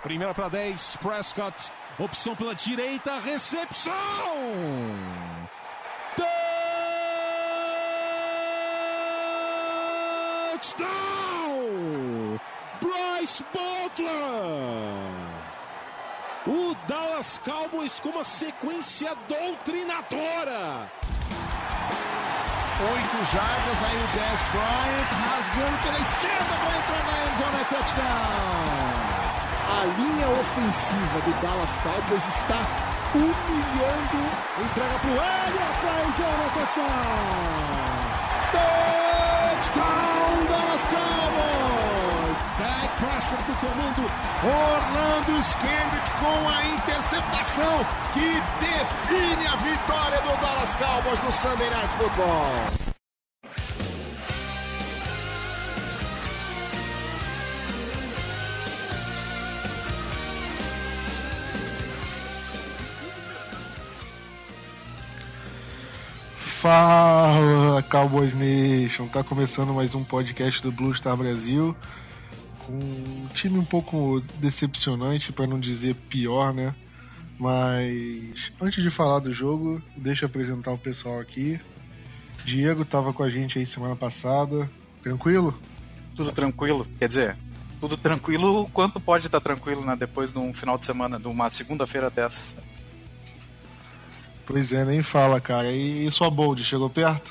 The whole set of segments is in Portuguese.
Primeira para 10, Prescott. Opção pela direita, recepção! Touchdown! Bryce Butler! O Dallas Cowboys com uma sequência doutrinadora. 8 jardas, aí o Dez Bryant rasgando pela esquerda para entrar na endzone, touchdown! A linha ofensiva do Dallas Cowboys está humilhando. Entrega para o Elliott para endzone, touchdown! Touchdown, Dallas Cowboys! Dak Prescott do comando. Orlando Scandrick com a interceptação que define a vitória do Dallas Cowboys no Sunday Night Football. Fala, Cowboys Nation! Tá começando mais um podcast do Blue Star Brasil, com um time um pouco decepcionante, para não dizer pior, né? Mas antes de falar do jogo, deixa eu apresentar o pessoal aqui. Diego tava com a gente aí semana passada. Tranquilo? Tudo tranquilo, quer dizer, tudo tranquilo o quanto pode estar tranquilo, né? Depois de um final de semana, de uma segunda-feira dessas. Pois é, nem fala, cara. E sua Bold, chegou perto?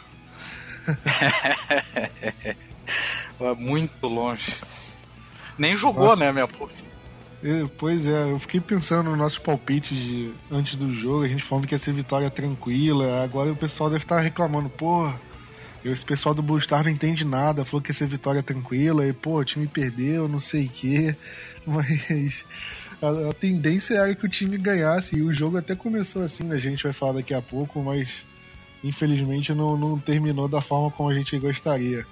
Muito longe. Nem jogou, Nossa. Né, minha porra? Pois é, eu fiquei pensando nos nossos palpites antes do jogo, a gente falando que ia ser vitória tranquila. Agora o pessoal deve estar reclamando, pô, esse pessoal do Blue Star não entende nada, falou que ia ser vitória tranquila, e pô, o time perdeu, não sei o quê. Mas a tendência era que o time ganhasse, e o jogo até começou assim, né? A gente vai falar daqui a pouco, mas infelizmente não terminou da forma como a gente gostaria.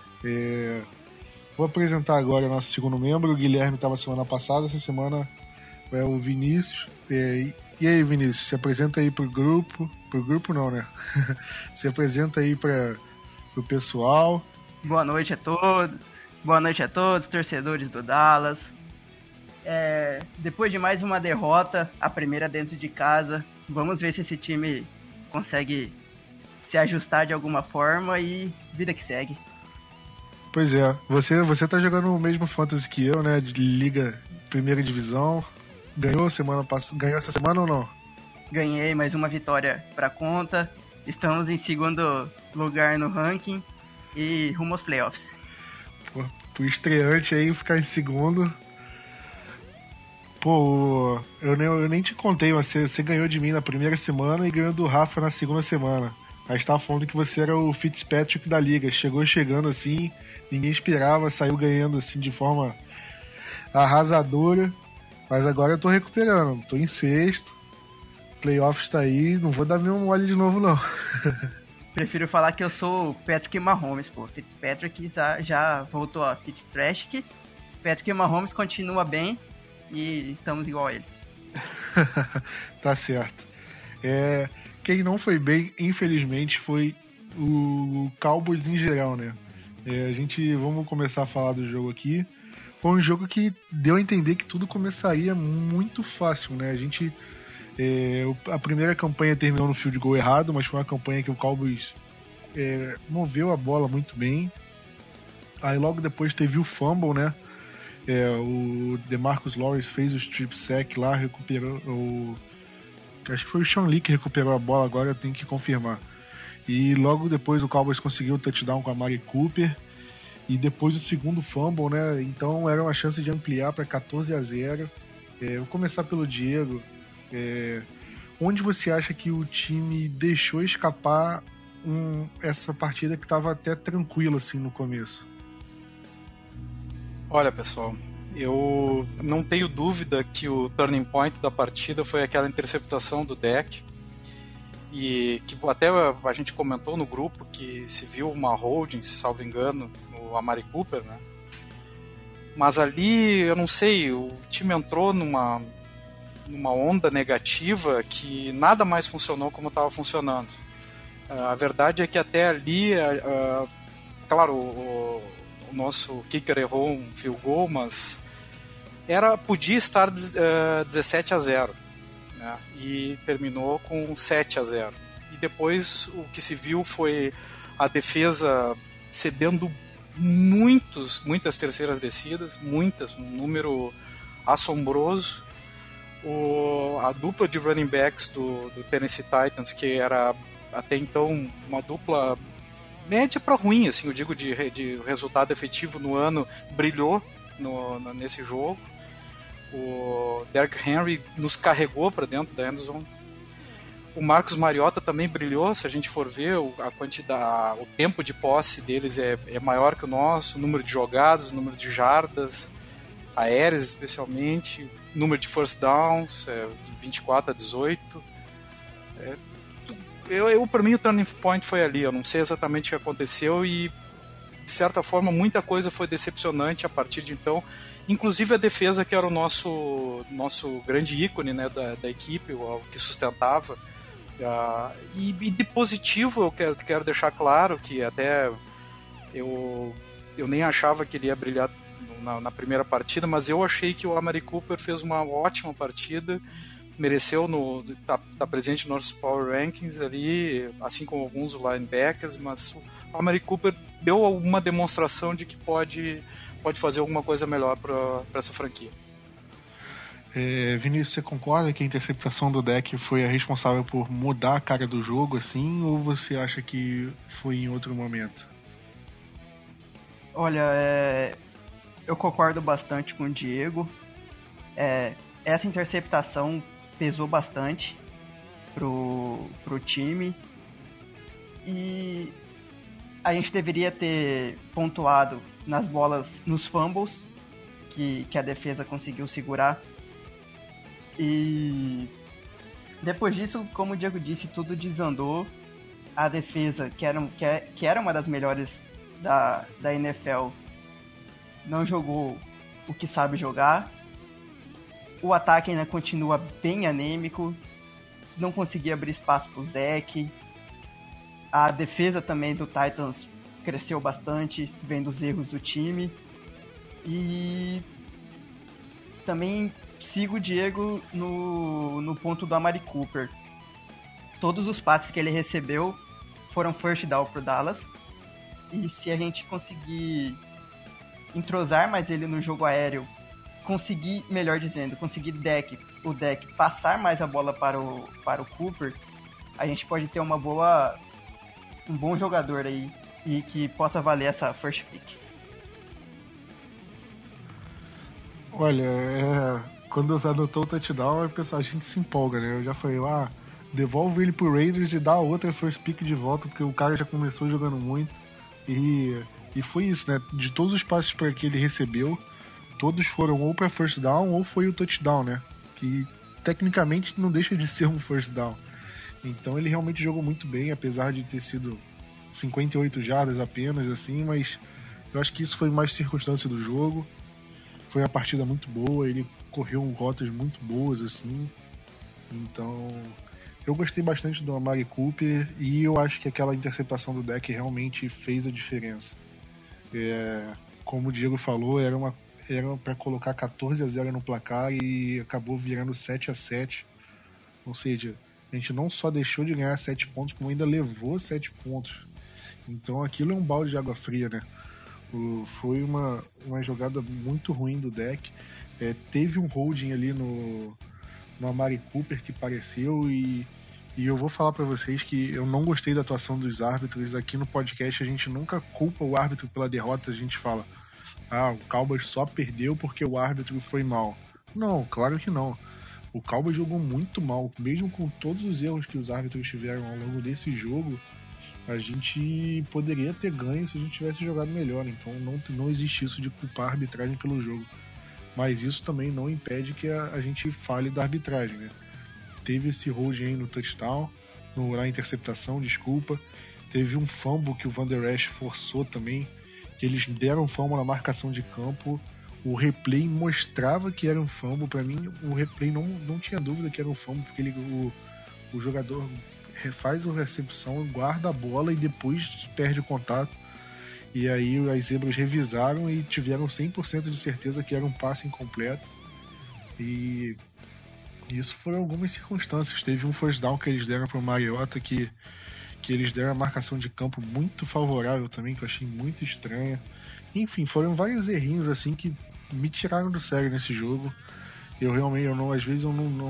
Vou apresentar agora o nosso segundo membro. O Guilherme estava semana passada, essa semana é o Vinícius. E aí, Vinícius, se apresenta aí pro grupo. Pro grupo não, né? Se apresenta aí pro pessoal. Boa noite a todos. Boa noite a todos, torcedores do Dallas. Depois de mais uma derrota, a primeira dentro de casa, vamos ver se esse time consegue se ajustar de alguma forma e vida que segue. Pois é, você tá jogando o mesmo fantasy que eu, né? De Liga Primeira Divisão. Ganhou essa semana ou não? Ganhei mais uma vitória pra conta. Estamos em segundo lugar no ranking e rumo aos playoffs. Pô, pro estreante aí ficar em segundo. Pô, eu nem te contei, mas você ganhou de mim na primeira semana e ganhou do Rafa na segunda semana. A gente tava falando que você era o Fitzpatrick da liga. Chegando assim, ninguém esperava, saiu ganhando assim de forma arrasadora. Mas agora eu tô recuperando, tô em sexto. Playoffs tá aí, não vou dar meu mole de novo não. Prefiro falar que eu sou o Patrick Mahomes, pô. Fitzpatrick já voltou a Fitzpatrick. Patrick Mahomes continua bem e estamos igual a ele. Tá certo. Quem não foi bem, infelizmente, foi o Cowboys em geral, né? Vamos começar a falar do jogo aqui. Foi um jogo que deu a entender que tudo começaria muito fácil, né? A primeira campanha terminou no field goal errado, mas foi uma campanha que o Cowboys moveu a bola muito bem. Aí logo depois teve o fumble, né? O DeMarcus Lawrence fez o strip sack lá, recuperou acho que foi o Sean Lee que recuperou a bola, agora eu tenho que confirmar. E logo depois o Cowboys conseguiu o touchdown com a Amari Cooper. E depois o segundo fumble, né? Então era uma chance de ampliar para 14-0. Vou começar pelo Diego. Onde você acha que o time deixou escapar essa partida que estava até tranquila assim no começo? Olha, pessoal, eu não tenho dúvida que o turning point da partida foi aquela interceptação do Dak, e que até a gente comentou no grupo que se viu uma holding, se salvo engano, no Amari Cooper, né? Mas ali, eu não sei, o time entrou numa onda negativa que nada mais funcionou como estava funcionando. A verdade é que até ali, claro, o nosso kicker errou um field goal, mas podia estar 17-0, né? E terminou com 7-0. E depois o que se viu foi a defesa cedendo muitas terceiras descidas, um número assombroso. A dupla de running backs do Tennessee Titans, que era até então uma dupla média para ruim, assim, eu digo de resultado efetivo no ano, brilhou nesse jogo. O Derrick Henry nos carregou para dentro da endzone. O Marcus Mariota também brilhou, se a gente for ver, o tempo de posse deles é maior que o nosso, o número de jogadas, o número de jardas, aéreas especialmente, o número de first downs, 24-18. Para mim o turning point foi ali, eu não sei exatamente o que aconteceu e, de certa forma, muita coisa foi decepcionante a partir de então, inclusive a defesa, que era o nosso grande ícone, né, da equipe, o que sustentava. E de positivo eu quero deixar claro que até eu nem achava que ele ia brilhar na primeira partida, mas eu achei que o Amari Cooper fez uma ótima partida, mereceu tá presente nos Power Rankings ali, assim como alguns linebackers, mas o Amari Cooper deu uma demonstração de que pode fazer alguma coisa melhor para essa franquia. Vinícius, você concorda que a interceptação do Dak foi a responsável por mudar a cara do jogo, assim, ou você acha que foi em outro momento? Olha, eu concordo bastante com o Diego. Essa interceptação pesou bastante pro time e a gente deveria ter pontuado nas bolas, nos fumbles que a defesa conseguiu segurar. E depois disso, como o Diego disse, tudo desandou. A defesa, que era uma das melhores da NFL, não jogou o que sabe jogar. O ataque ainda continua bem anêmico, não conseguia abrir espaço pro Zeke. A defesa também do Titans cresceu bastante, vendo os erros do time. E também sigo o Diego no ponto do Amari Cooper. Todos os passes que ele recebeu foram first down pro Dallas. E se a gente conseguir entrosar mais ele no jogo aéreo, conseguir o deck passar mais a bola para o Cooper, a gente pode ter um bom jogador aí e que possa valer essa first pick. Olha, quando anotou o touchdown, a gente se empolga, né? Eu já falei, devolve ele pro Raiders e dá outra first pick de volta, porque o cara já começou jogando muito. E foi isso, né? De todos os passes que ele recebeu, todos foram ou para first down ou foi o touchdown, né? Que tecnicamente não deixa de ser um first down. Então ele realmente jogou muito bem, apesar de ter sido 58 jardas apenas, assim, mas eu acho que isso foi mais circunstância do jogo. Foi uma partida muito boa, ele correu rotas muito boas, assim. Então, eu gostei bastante do Amari Cooper e eu acho que aquela interceptação do Dak realmente fez a diferença. Como o Diego falou, era para colocar 14-0 no placar e acabou virando 7-7. Ou seja, a gente não só deixou de ganhar 7 pontos, como ainda levou 7 pontos. Então aquilo é um balde de água fria, né? Foi uma jogada muito ruim do Dak. Teve um holding ali no Amari Cooper que pareceu e eu vou falar pra vocês que eu não gostei da atuação dos árbitros. Aqui no podcast a gente nunca culpa o árbitro pela derrota, a gente fala o Cowboys só perdeu porque o árbitro foi mal. Não, claro que não. O Cowboys jogou muito mal, mesmo com todos os erros que os árbitros tiveram ao longo desse jogo. A gente poderia ter ganho se a gente tivesse jogado melhor, então não existe isso de culpar a arbitragem pelo jogo. Mas isso também não impede que a gente fale da arbitragem, né? Teve esse holding aí no touchdown, na interceptação, desculpa. Teve um fumble que o Van Der Esch forçou também, que eles deram fumble na marcação de campo. O replay mostrava que era um fumble. Para mim, o replay não tinha dúvida que era um fumble, porque o jogador faz a recepção, guarda a bola e depois perde o contato. E aí as zebras revisaram e tiveram 100% de certeza que era um passe incompleto. E isso foram algumas circunstâncias. Teve um first down que eles deram para o Mariota que eles deram a marcação de campo muito favorável também, que eu achei muito estranha. Enfim, foram vários errinhos assim que me tiraram do sério nesse jogo. Às vezes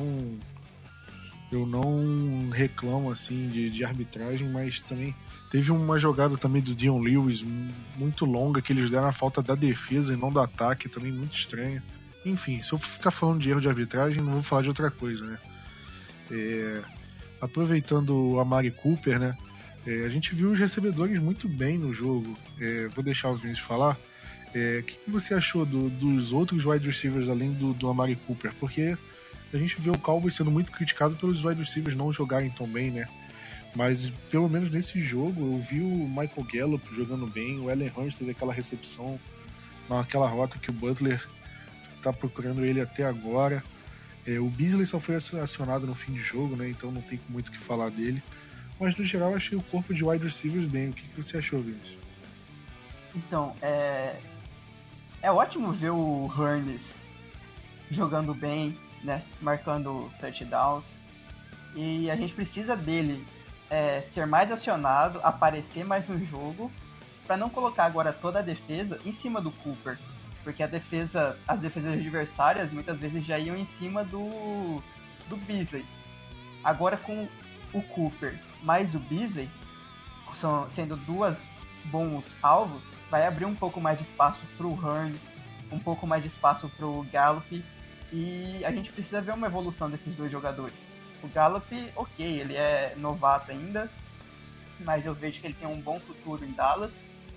eu não reclamo assim de arbitragem, mas também teve uma jogada também do Dion Lewis muito longa que eles deram a falta da defesa e não do ataque, também muito estranha. Enfim, se eu ficar falando de erro de arbitragem, não vou falar de outra coisa, né? Aproveitando o Amari Cooper, né? A gente viu os recebedores muito bem no jogo. Vou deixar o Vinícius falar. O que você achou dos outros wide receivers além do Amari Cooper? Porque a gente vê o Cowboys sendo muito criticado pelos wide receivers não jogarem tão bem, né? Mas pelo menos nesse jogo eu vi o Michael Gallup jogando bem, o Allen Hurns teve aquela recepção naquela rota que o Butler tá procurando ele até agora. O Beasley só foi acionado no fim de jogo, né? Então não tem muito o que falar dele. Mas no geral eu achei o corpo de wide receivers bem. O que você achou, Vinícius? Então, é ótimo ver o Hurns jogando bem, né? Marcando touchdowns. E a gente precisa dele ser mais acionado, aparecer mais no jogo, para não colocar agora toda a defesa em cima do Cooper. Porque as defesas adversárias muitas vezes já iam em cima do Beasley. Agora com o Cooper mais o Beasley, sendo duas bons alvos, vai abrir um pouco mais de espaço para o Hurns, um pouco mais de espaço para o Gallup, e a gente precisa ver uma evolução desses dois jogadores. O Gallup, ok, ele é novato ainda, mas eu vejo que ele tem um bom futuro em Dallas,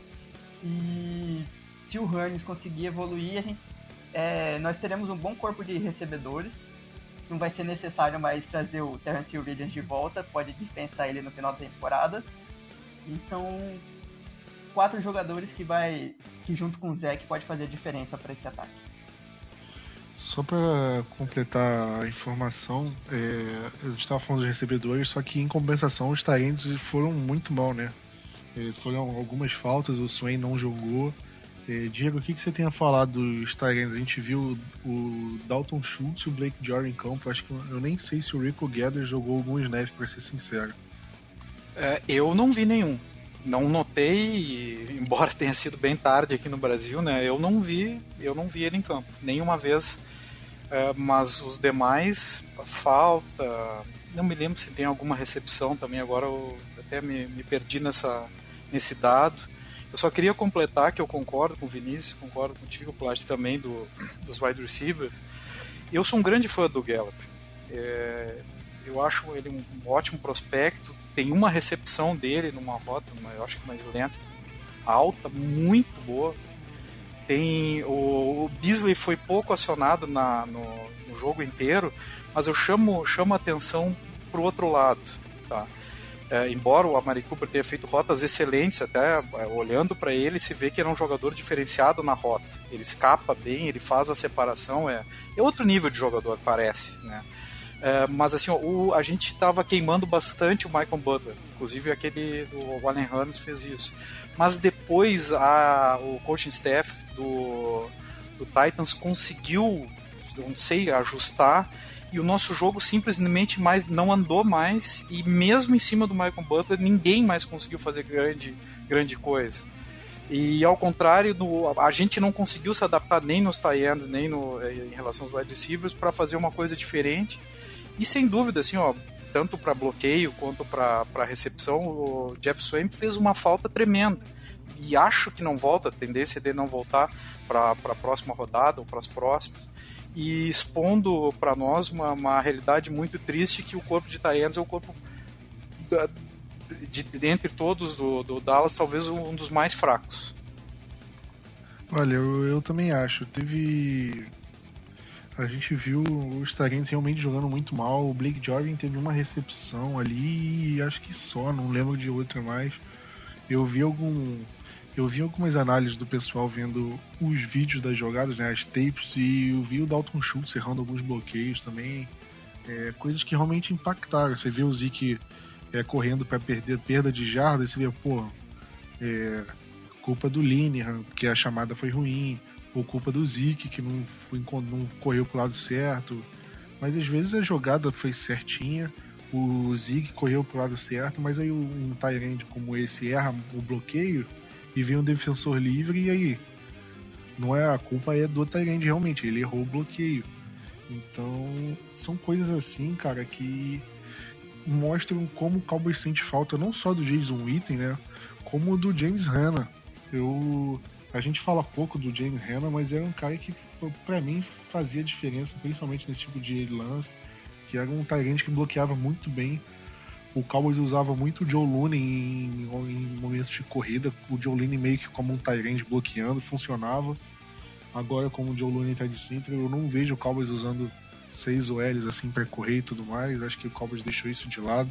e se o Hurns conseguir evoluir, nós teremos um bom corpo de recebedores. Não vai ser necessário mais trazer o Terrence Williams de volta, pode dispensar ele no final da temporada. E são 4 jogadores que junto com o Zach pode fazer a diferença para esse ataque. Só para completar a informação, eu estava falando dos recebedores, só que em compensação os talentos foram muito mal, né? Foram algumas faltas, o Swain não jogou. Diego, o que você tem a falar dos Tyrants? A gente viu o Dalton Schultz e o Blake Jordan em campo. Acho que eu nem sei se o Rico Gathers jogou algum snap, para ser sincero. Eu não vi nenhum. Não notei, embora tenha sido bem tarde aqui no Brasil, né? Eu não vi ele em campo, nenhuma vez. Mas os demais, falta. Não me lembro se tem alguma recepção também. Agora eu até me perdi nesse dado. Eu só queria completar que eu concordo com o Vinícius, concordo contigo, Plástico, também dos wide receivers. Eu sou um grande fã do Gallup. Eu acho ele um ótimo prospecto. Tem uma recepção dele numa rota, eu acho que mais lenta, alta, muito boa. O Beasley foi pouco acionado no jogo inteiro, mas eu chamo a atenção para o outro lado, tá? Embora o Amari Cooper tenha feito rotas excelentes, até olhando para ele se vê que ele é um jogador diferenciado na rota. Ele escapa bem, ele faz a separação, é outro nível de jogador, parece, né? Mas assim, a gente estava queimando bastante o Michael Butler, inclusive aquele do Allen Hurns fez isso. Mas depois o coaching staff do Titans conseguiu, não sei, ajustar, e o nosso jogo simplesmente não andou mais, e mesmo em cima do Michael Butler ninguém mais conseguiu fazer grande coisa. E ao contrário, a gente não conseguiu se adaptar nem nos tight ends, nem em relação aos wide receivers, para fazer uma coisa diferente. E sem dúvida, assim, tanto para bloqueio quanto para recepção, o Jeff Swain fez uma falta tremenda. E acho que não volta, a tendência dele não voltar para a próxima rodada ou para as próximas. E expondo para nós uma realidade muito triste, que o corpo de tight ends é o corpo dentre todos do Dallas, talvez um dos mais fracos. Olha, eu também acho. A gente viu os Tyrants realmente jogando muito mal. O Blake Jordan teve uma recepção ali e acho que só, não lembro de outra mais. Eu vi algumas análises do pessoal vendo os vídeos das jogadas, né, as tapes, e eu vi o Dalton Schultz errando alguns bloqueios também. Coisas que realmente impactaram. Você vê o Zeke correndo para perda de jardas, você vê, culpa do Linehan, porque a chamada foi ruim, ou culpa do Zeke, que não correu pro lado certo. Mas às vezes a jogada foi certinha, o Zeke correu pro lado certo, mas aí um tight end como esse erra o bloqueio e vem um defensor livre, e aí não é a culpa é do tight end realmente, ele errou o bloqueio. Então são coisas assim, cara, que mostram como o Cowboys sente falta não só do Jason Witten, né, como do James Hanna. A gente fala pouco do James Hanna, mas era um cara que pra mim fazia diferença, principalmente nesse tipo de lance, que era um tight end que bloqueava muito bem. O Cowboys usava muito o Joe Looney em momentos de corrida, o Joe Looney meio que como um tight end bloqueando, funcionava. Agora, como o Joe Looney tá de center, eu não vejo o Cowboys usando 6 OLs assim para correr e tudo mais. Acho que o Cowboys deixou isso de lado.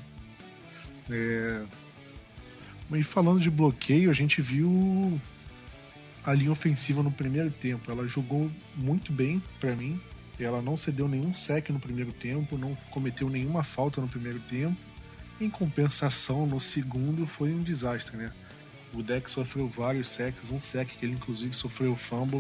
Mas falando de bloqueio, a gente viu a linha ofensiva no primeiro tempo. Ela jogou muito bem para mim. Ela não cedeu nenhum sec no primeiro tempo, não cometeu nenhuma falta no primeiro tempo. Em compensação, no segundo foi um desastre, né? O Dak sofreu vários secs, um sec que ele inclusive sofreu fumble.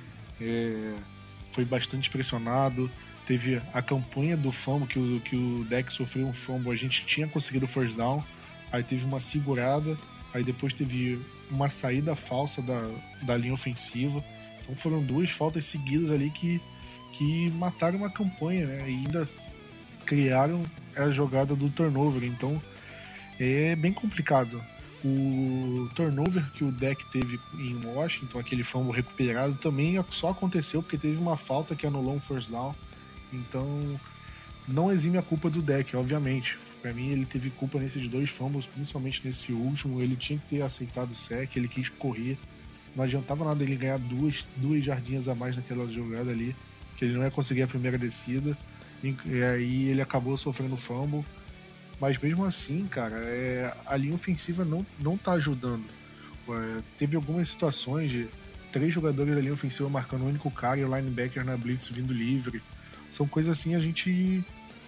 Foi bastante pressionado. Teve a campanha do fumble que o Dak sofreu um fumble, a gente tinha conseguido o first down, aí teve uma segurada, aí depois teve uma saída falsa da linha ofensiva. Então foram 2 faltas seguidas ali que mataram uma campanha, né? E ainda criaram a jogada do turnover. Então é bem complicado. O turnover que o Dak teve em Washington, aquele fumble recuperado, também só aconteceu porque teve uma falta que anulou um first down. Então não exime a culpa do Dak, obviamente. Para mim ele teve culpa nesses 2 fumbles, principalmente nesse último. Ele tinha que ter aceitado o sec, ele quis correr. Não adiantava nada ele ganhar 2 jardinhas a mais naquela jogada ali, que ele não ia conseguir a primeira descida. E aí ele acabou sofrendo fumble. Mas mesmo assim, cara, a linha ofensiva não tá ajudando. Teve algumas situações de 3 jogadores da linha ofensiva marcando o único cara e o linebacker na blitz vindo livre. São coisas assim, a gente...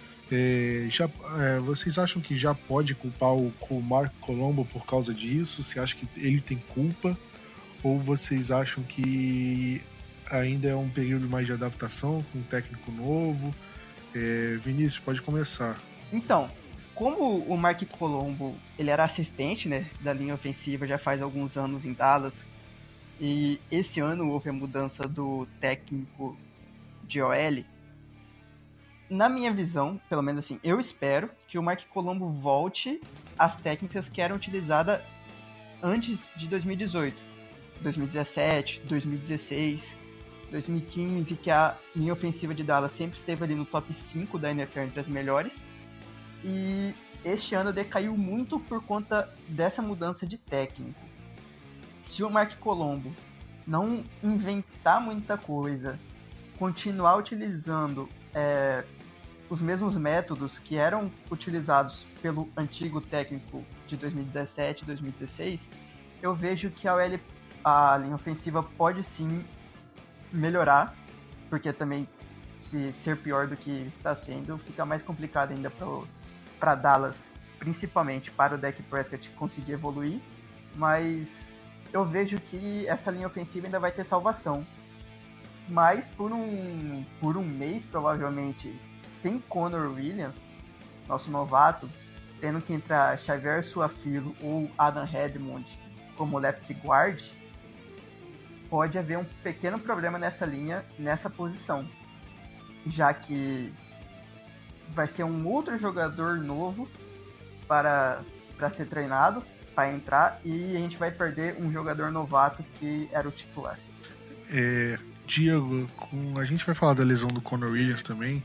vocês acham que já pode culpar o Mark Colombo por causa disso? Você acha que ele tem culpa? Ou vocês acham que ainda é um período mais de adaptação com um técnico novo? Vinícius, pode começar. Então, como o Mark Colombo ele era assistente, né, da linha ofensiva já faz alguns anos em Dallas, e esse ano houve a mudança do técnico de OL, na minha visão, pelo menos assim, eu espero que o Mark Colombo volte às técnicas que eram utilizadas antes de 2018, 2017, 2016, 2015, que a linha ofensiva de Dallas sempre esteve ali no top 5 da NFL entre as melhores. E este ano decaiu muito por conta dessa mudança de técnico. Se o Mark Colombo não inventar muita coisa, continuar utilizando os mesmos métodos que eram utilizados pelo antigo técnico de 2017 e 2016, eu vejo que a linha ofensiva pode sim melhorar, porque também se ser pior do que está sendo, fica mais complicado ainda para Dallas, principalmente para o Dak Prescott conseguir evoluir, mas eu vejo que essa linha ofensiva ainda vai ter salvação. Mas por um mês, provavelmente, sem Connor Williams, nosso novato, tendo que entrar Xavier Su'a-Filo ou Adam Redmond como left guard, pode haver um pequeno problema nessa linha, nessa posição, já que vai ser um outro jogador novo para ser treinado, para entrar, e a gente vai perder um jogador novato que era o titular. Diego, a gente vai falar da lesão do Connor Williams também.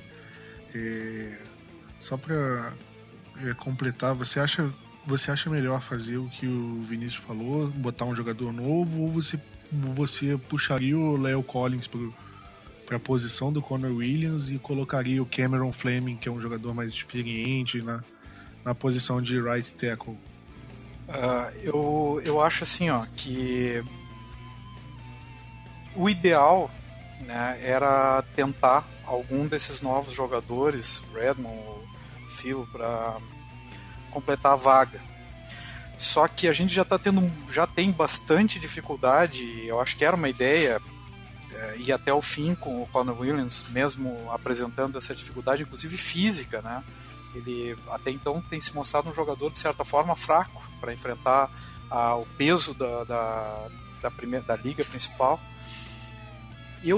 Só para completar, você acha melhor fazer o que o Vinícius falou, botar um jogador novo, ou você puxaria o La'el Collins para a posição do Connor Williams e colocaria o Cameron Fleming, que é um jogador mais experiente, na posição de right tackle? Eu acho assim, que o ideal, né, era tentar algum desses novos jogadores, Redmond ou Phil, para completar a vaga. Só que a gente já tem bastante dificuldade, eu acho que era uma ideia ir até o fim com o Connor Williams, mesmo apresentando essa dificuldade, inclusive física, né? Ele até então tem se mostrado um jogador de certa forma fraco para enfrentar o peso da liga principal. E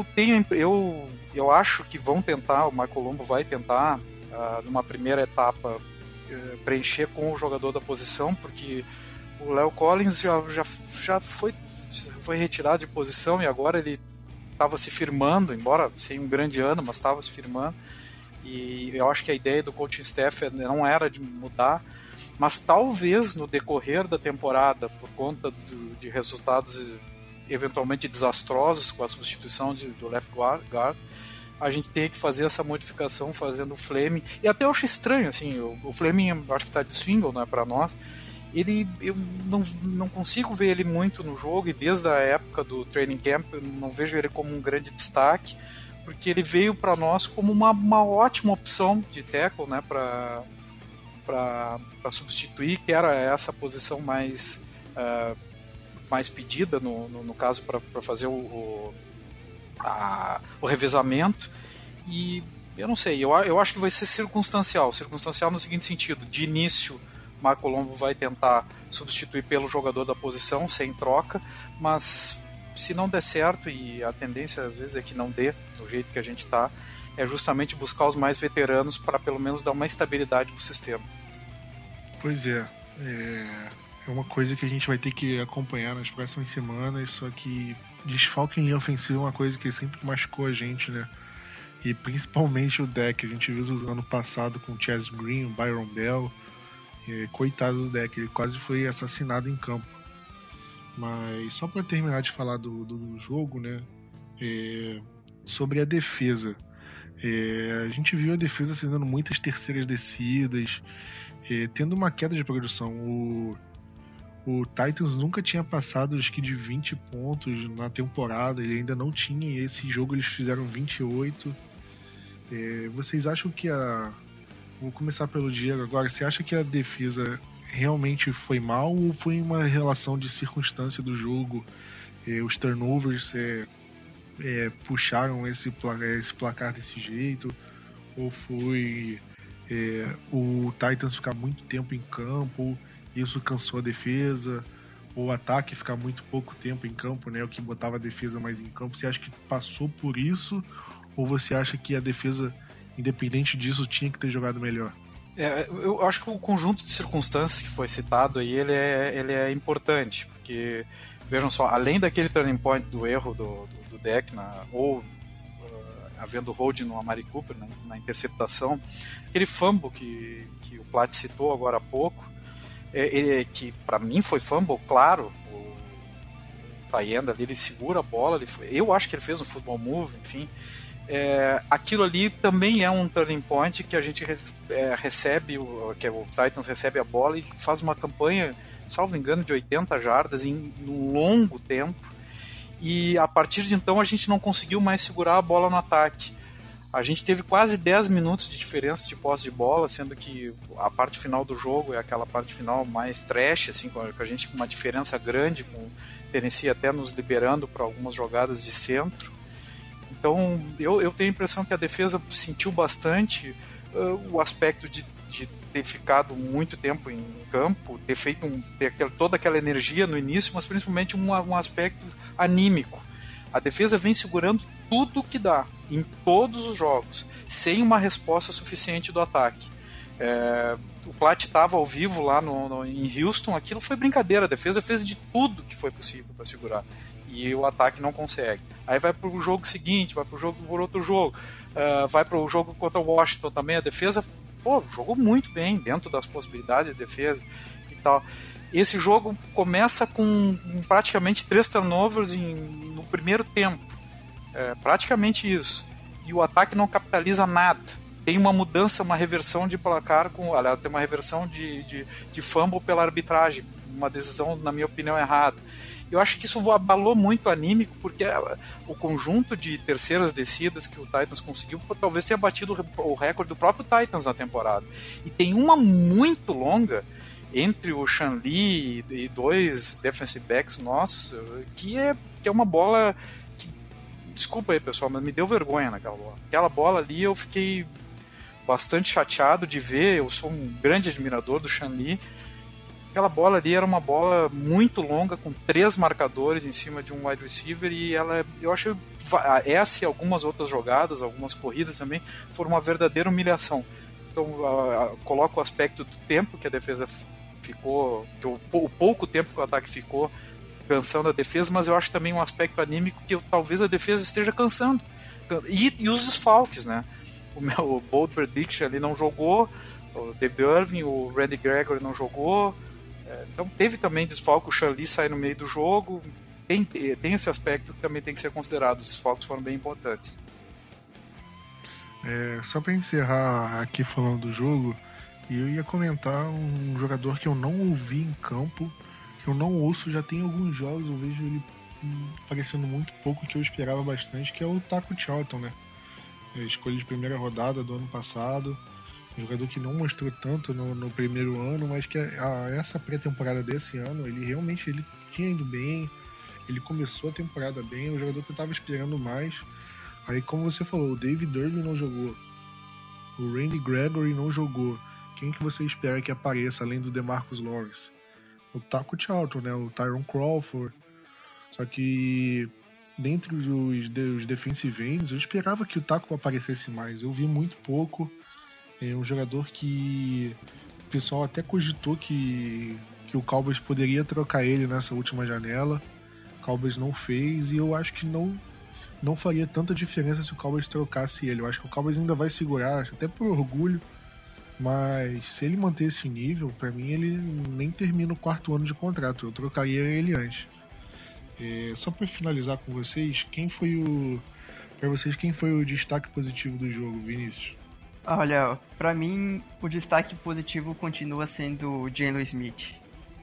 eu acho que vão tentar, o Michael Lombo vai tentar, numa primeira etapa, preencher com o jogador da posição, porque o Leo Collins já foi retirado de posição e agora ele estava se firmando, embora sem um grande ano, mas estava se firmando. E eu acho que a ideia do coaching staff não era de mudar, mas talvez no decorrer da temporada, por conta de resultados eventualmente desastrosos com a substituição do left guard, a gente tem que fazer essa modificação fazendo o Fleming. E até eu acho estranho, assim, o Fleming acho que está de single, né, para nós. Eu não consigo ver ele muito no jogo, e desde a época do training camp eu não vejo ele como um grande destaque, porque ele veio para nós como uma ótima opção de tackle, né, para substituir, que era essa posição mais pedida, no caso, para fazer o revezamento. E eu não sei, eu acho que vai ser circunstancial no seguinte sentido: de início Marco Lombo vai tentar substituir pelo jogador da posição sem troca, mas se não der certo, e a tendência às vezes é que não dê do jeito que a gente está, é justamente buscar os mais veteranos para pelo menos dar uma estabilidade para o sistema. Pois é uma coisa que a gente vai ter que acompanhar nas próximas semanas, só que desfalque em linha ofensiva é uma coisa que sempre machucou a gente, né? E principalmente o deck, a gente viu no ano passado com o Chaz Green, o Byron Bell, coitado do deck, ele quase foi assassinado em campo. Mas só para terminar de falar do jogo, né? Sobre a defesa, a gente viu a defesa sendo muitas terceiras descidas, tendo uma queda de produção. O Titans nunca tinha passado, acho que, de 20 pontos na temporada, ele ainda não tinha, e esse jogo eles fizeram 28. Vocês acham que Vou começar pelo Diego agora. Você acha que a defesa realmente foi mal, ou foi uma relação de circunstância do jogo? Os turnovers puxaram esse placar desse jeito? Ou foi o Titans ficar muito tempo em campo, isso cansou a defesa? Ou o ataque ficar muito pouco tempo em campo, né, o que botava a defesa mais em campo? Você acha que passou por isso? Ou você acha que a defesa, independente disso, tinha que ter jogado melhor? Eu acho que o conjunto de circunstâncias que foi citado aí, ele é importante, porque, vejam só, além daquele turning point do erro do deck, havendo hold no Amari Cooper, na interceptação, aquele fumble que o Platt citou agora há pouco, que para mim foi fumble, claro, o Tayenda ali, ele segura a bola, eu acho que ele fez um football move, enfim. Aquilo ali também é um turning point que a gente recebe, que o Titans recebe a bola e faz uma campanha, salvo engano, de 80 jardas em um longo tempo, e a partir de então a gente não conseguiu mais segurar a bola no ataque. A gente teve quase 10 minutos de diferença de posse de bola, sendo que a parte final do jogo é aquela parte final mais trash, assim, com a gente com uma diferença grande, com o Tennessee até nos liberando para algumas jogadas de centro. Então eu tenho a impressão que a defesa sentiu bastante o aspecto de ter ficado muito tempo em campo, ter toda aquela energia no início, mas principalmente um aspecto anímico. A defesa vem segurando tudo que dá, em todos os jogos, sem uma resposta suficiente do ataque. O Platt estava ao vivo lá em Houston, aquilo foi brincadeira, a defesa fez de tudo que foi possível para segurar, e o ataque não consegue. Aí vai para o jogo seguinte, vai para o jogo por outro jogo, vai para o jogo contra o Washington também, a defesa jogou muito bem, dentro das possibilidades de defesa e tal. Esse jogo começa com praticamente 3 turnovers no primeiro tempo, praticamente isso, e o ataque não capitaliza nada. Tem uma mudança, uma reversão de placar, tem uma reversão de fumble pela arbitragem, uma decisão, na minha opinião, errada. Eu acho que isso abalou muito o anímico, porque o conjunto de terceiras descidas que o Titans conseguiu talvez tenha batido o recorde do próprio Titans na temporada. E tem uma muito longa entre o Shanli e 2 defensive backs nossos, que é uma bola que, desculpa aí pessoal, mas me deu vergonha naquela bola. Aquela bola ali eu fiquei bastante chateado de ver, eu sou um grande admirador do Shanli. Aquela bola ali era uma bola muito longa, com 3 marcadores em cima de um wide receiver, e eu achei essa e algumas outras jogadas, algumas corridas também, foram uma verdadeira humilhação. Então, coloco o aspecto do tempo que a defesa ficou, o pouco tempo que o ataque ficou cansando a defesa, mas eu acho também um aspecto anímico que talvez a defesa esteja cansando. E os desfalques, né? O meu bold prediction ali não jogou, o David Irving, o Randy Gregory não jogou, então teve também desfalque, o Shanli sai no meio do jogo, tem esse aspecto que também tem que ser considerado, os desfalques foram bem importantes. Só para encerrar aqui falando do jogo, eu ia comentar um jogador que eu não ouvi em campo, que eu não ouço já tem alguns jogos, eu vejo ele aparecendo muito pouco, que eu esperava bastante, que é o Taco Charlton, né? Escolha de primeira rodada do ano passado, um jogador que não mostrou tanto no primeiro ano, mas que essa pré-temporada desse ano, ele realmente tinha ido bem, ele começou a temporada bem, é um jogador que eu estava esperando mais. Aí, como você falou, o David Irving não jogou, o Randy Gregory não jogou. Quem que você espera que apareça, além do DeMarcus Lawrence? O Taco Charlton, né? O Tyron Crawford. Só que, dentre os defensive ends, eu esperava que o Taco aparecesse mais. Eu vi muito pouco. É um jogador que o pessoal até cogitou que o Cowboys poderia trocar ele nessa última janela. O Cowboys não fez, e eu acho que não faria tanta diferença se o Cowboys trocasse ele. Eu acho que o Cowboys ainda vai segurar, até por orgulho, mas se ele manter esse nível, pra mim ele nem termina o 4º ano de contrato, eu trocaria ele antes. Só pra finalizar com vocês, quem foi o destaque positivo do jogo, Vinícius? Olha, pra mim o destaque positivo continua sendo o Jalen Smith.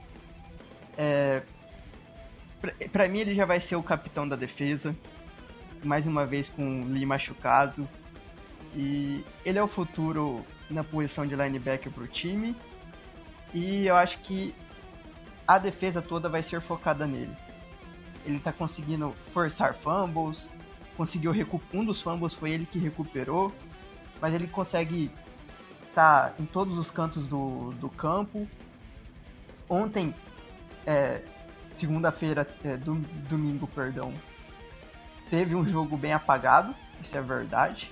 Pra mim ele já vai ser o capitão da defesa, mais uma vez com o Lee machucado, e ele é o futuro na posição de linebacker pro time, e eu acho que a defesa toda vai ser focada nele. Ele tá conseguindo forçar fumbles, um dos fumbles foi ele que recuperou, mas ele consegue estar em todos os cantos do campo. Ontem, domingo, teve um jogo bem apagado, isso é verdade,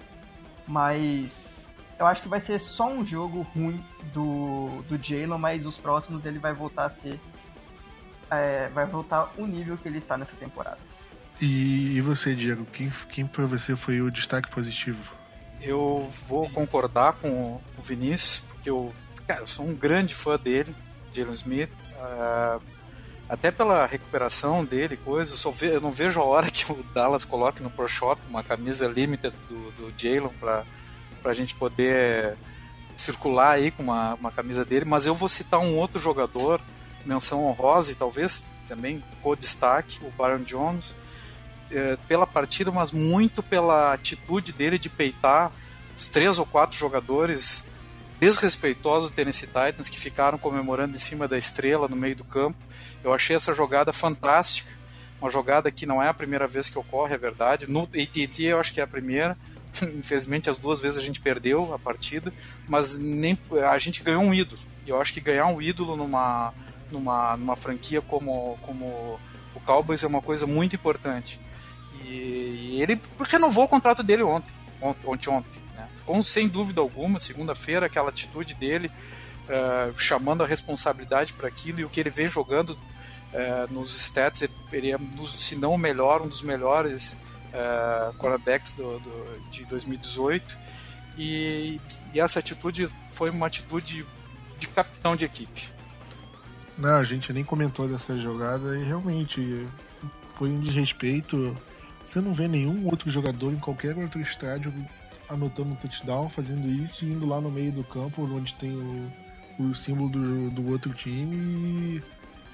mas eu acho que vai ser só um jogo ruim do Jalen, mas os próximos ele vai voltar a ser, vai voltar o nível que ele está nessa temporada. E você, Diego, quem para você foi o destaque positivo? Eu vou concordar com o Vinícius, porque eu sou um grande fã dele, Jalen Smith, até pela recuperação dele, eu não vejo a hora que o Dallas coloque no Pro Shop uma camisa limited do Jalen pra gente poder circular aí com uma camisa dele, mas eu vou citar um outro jogador, menção honrosa e talvez também co-destaque, o Byron Jones, pela partida, mas muito pela atitude dele de peitar os 3 ou 4 jogadores desrespeitosos do Tennessee Titans que ficaram comemorando em cima da estrela no meio do campo. Eu achei essa jogada fantástica, uma jogada que não é a primeira vez que ocorre, é verdade. No AT&T eu acho que é a primeira, infelizmente as 2 vezes a gente perdeu a partida, mas a gente ganhou um ídolo, e eu acho que ganhar um ídolo numa franquia como o Cowboys é uma coisa muito importante. E ele renovou o contrato dele ontem, né? Sem dúvida alguma, segunda-feira, aquela atitude dele, chamando a responsabilidade para aquilo, e o que ele vem jogando nos stats, ele é, se não o melhor, um dos melhores quarterbacks de 2018, e essa atitude foi uma atitude de capitão de equipe. Não, a gente nem comentou dessa jogada, e realmente foi um desrespeito. Você não vê nenhum outro jogador em qualquer outro estádio anotando um touchdown, fazendo isso e indo lá no meio do campo, onde tem o símbolo do outro time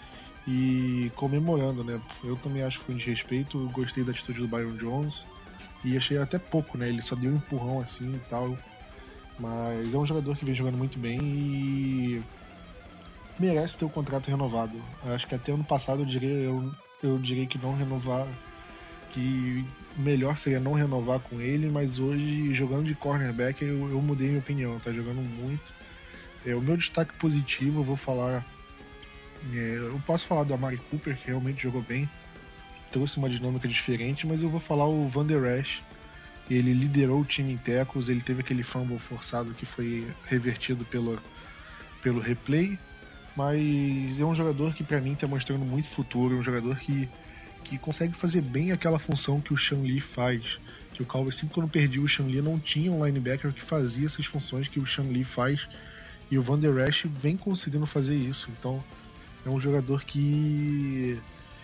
e comemorando, né? Eu também acho que foi um desrespeito. Eu gostei da atitude do Byron Jones e achei até pouco, né? Ele só deu um empurrão assim e tal, mas é um jogador que vem jogando muito bem, e merece ter o contrato renovado. Acho que até ano passado eu diria que não renovar, que melhor seria não renovar com ele, mas hoje, jogando de cornerback, eu mudei minha opinião, tá jogando muito. O meu destaque positivo, eu vou falar... eu posso falar do Amari Cooper, que realmente jogou bem, trouxe uma dinâmica diferente, mas eu vou falar o Van Der Esch. Ele liderou o time em tackles, ele teve aquele fumble forçado que foi revertido pelo replay, mas é um jogador que pra mim tá mostrando muito futuro, é um jogador que consegue fazer bem aquela função que o Sean Lee faz, que o Cowboys sempre quando perdia o Sean Lee não tinha um linebacker que fazia essas funções que o Sean Lee faz, e o Van Der Esch vem conseguindo fazer isso. Então é um jogador que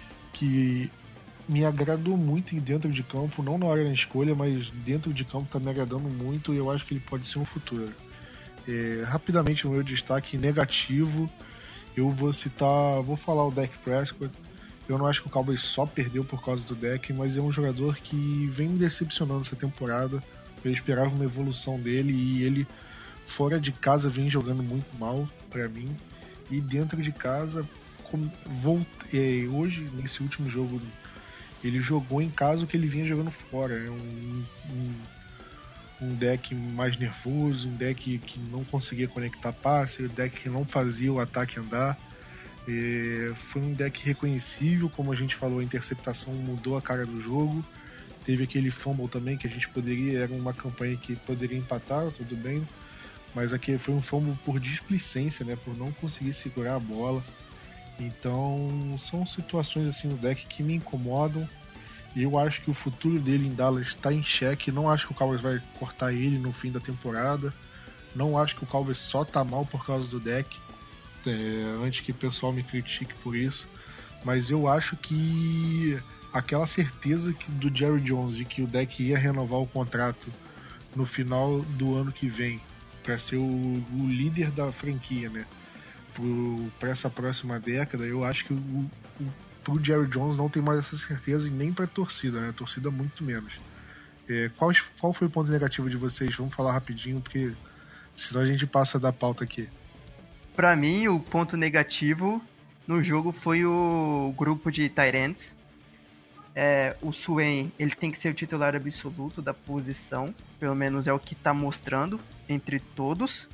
me agradou muito dentro de campo, não na hora da escolha, mas dentro de campo tá me agradando muito, e eu acho que ele pode ser um futuro. Rapidamente, o meu destaque negativo, eu vou falar o Dak Prescott. Eu não acho que o Cowboys só perdeu por causa do Dak, mas é um jogador que vem me decepcionando essa temporada. Eu esperava uma evolução dele, e ele fora de casa vem jogando muito mal pra mim, e dentro de casa hoje, nesse último jogo, ele jogou em casa o que ele vinha jogando fora. Um deck mais nervoso, um deck que não conseguia conectar passe, um deck que não fazia o ataque andar. Foi um deck reconhecível, como a gente falou, a interceptação mudou a cara do jogo. Teve aquele fumble também que a gente era uma campanha que poderia empatar, tudo bem, mas aqui foi um fumble por displicência, né, por não conseguir segurar a bola. Então são situações assim no deck que me incomodam, e eu acho que o futuro dele em Dallas está em xeque. Não acho que o Cowboys vai cortar ele no fim da temporada, não acho que o Cowboys só tá mal por causa do deck, antes que o pessoal me critique por isso, mas eu acho que aquela certeza do Jerry Jones de que o deck ia renovar o contrato no final do ano que vem para ser o líder da franquia, né, para essa próxima década, eu acho que pro Jerry Jones não tem mais essa certeza, e nem pra torcida, né? A torcida muito menos. Qual foi o ponto negativo de vocês? Vamos falar rapidinho, porque senão a gente passa da pauta aqui. Pra mim, o ponto negativo no jogo foi o grupo de tight ends. O Swain, ele tem que ser o titular absoluto da posição, pelo menos é o que tá mostrando entre todos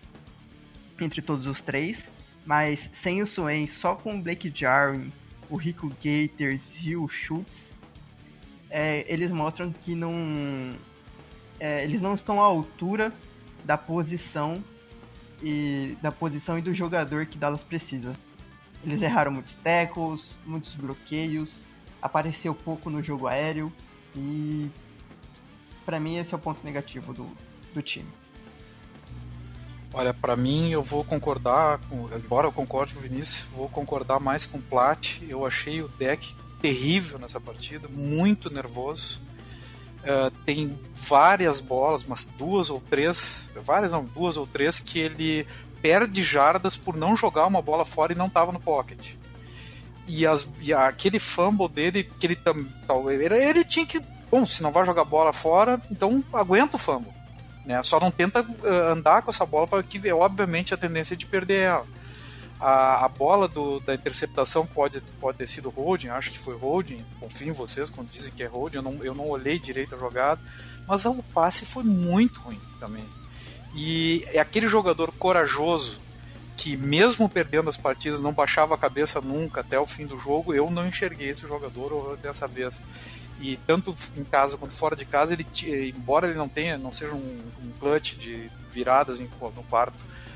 os três, mas sem o Swain, só com o Blake Jarwin, o Rico Gaither e o Schultz, eles mostram que eles não estão à altura da posição e do jogador que Dallas precisa. Eles erraram muitos tackles, muitos bloqueios, apareceu pouco no jogo aéreo, e pra mim esse é o ponto negativo do time. Olha, pra mim eu vou concordar, embora eu concorde com o Vinícius, vou concordar mais com o Platt. Eu achei o deck terrível nessa partida, muito nervoso. Tem várias bolas, mas duas ou três que ele perde jardas por não jogar uma bola fora e não estava no pocket. E aquele fumble dele, que ele tinha que, bom, se não vai jogar bola fora, então aguenta o fumble, né? Só não tenta andar com essa bola, porque obviamente a tendência é de perder ela. A bola da interceptação pode ter sido holding, acho que foi holding, confio em vocês quando dizem que é holding, eu não olhei direito a jogada, mas o passe foi muito ruim também. E é aquele jogador corajoso que mesmo perdendo as partidas não baixava a cabeça nunca até o fim do jogo. Eu não enxerguei esse jogador dessa vez. E tanto em casa quanto fora de casa, embora ele não seja um clutch de viradas no quarto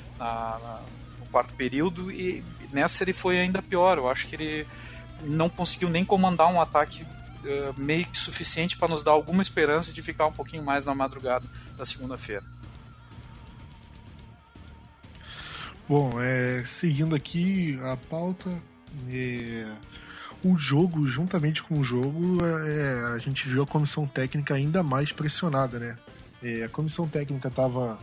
período, e nessa ele foi ainda pior. Eu acho que ele não conseguiu nem comandar um ataque meio que suficiente para nos dar alguma esperança de ficar um pouquinho mais na madrugada da segunda-feira. Bom, seguindo aqui a pauta, o jogo, juntamente com o jogo, a gente viu a comissão técnica ainda mais pressionada, né? A comissão técnica estava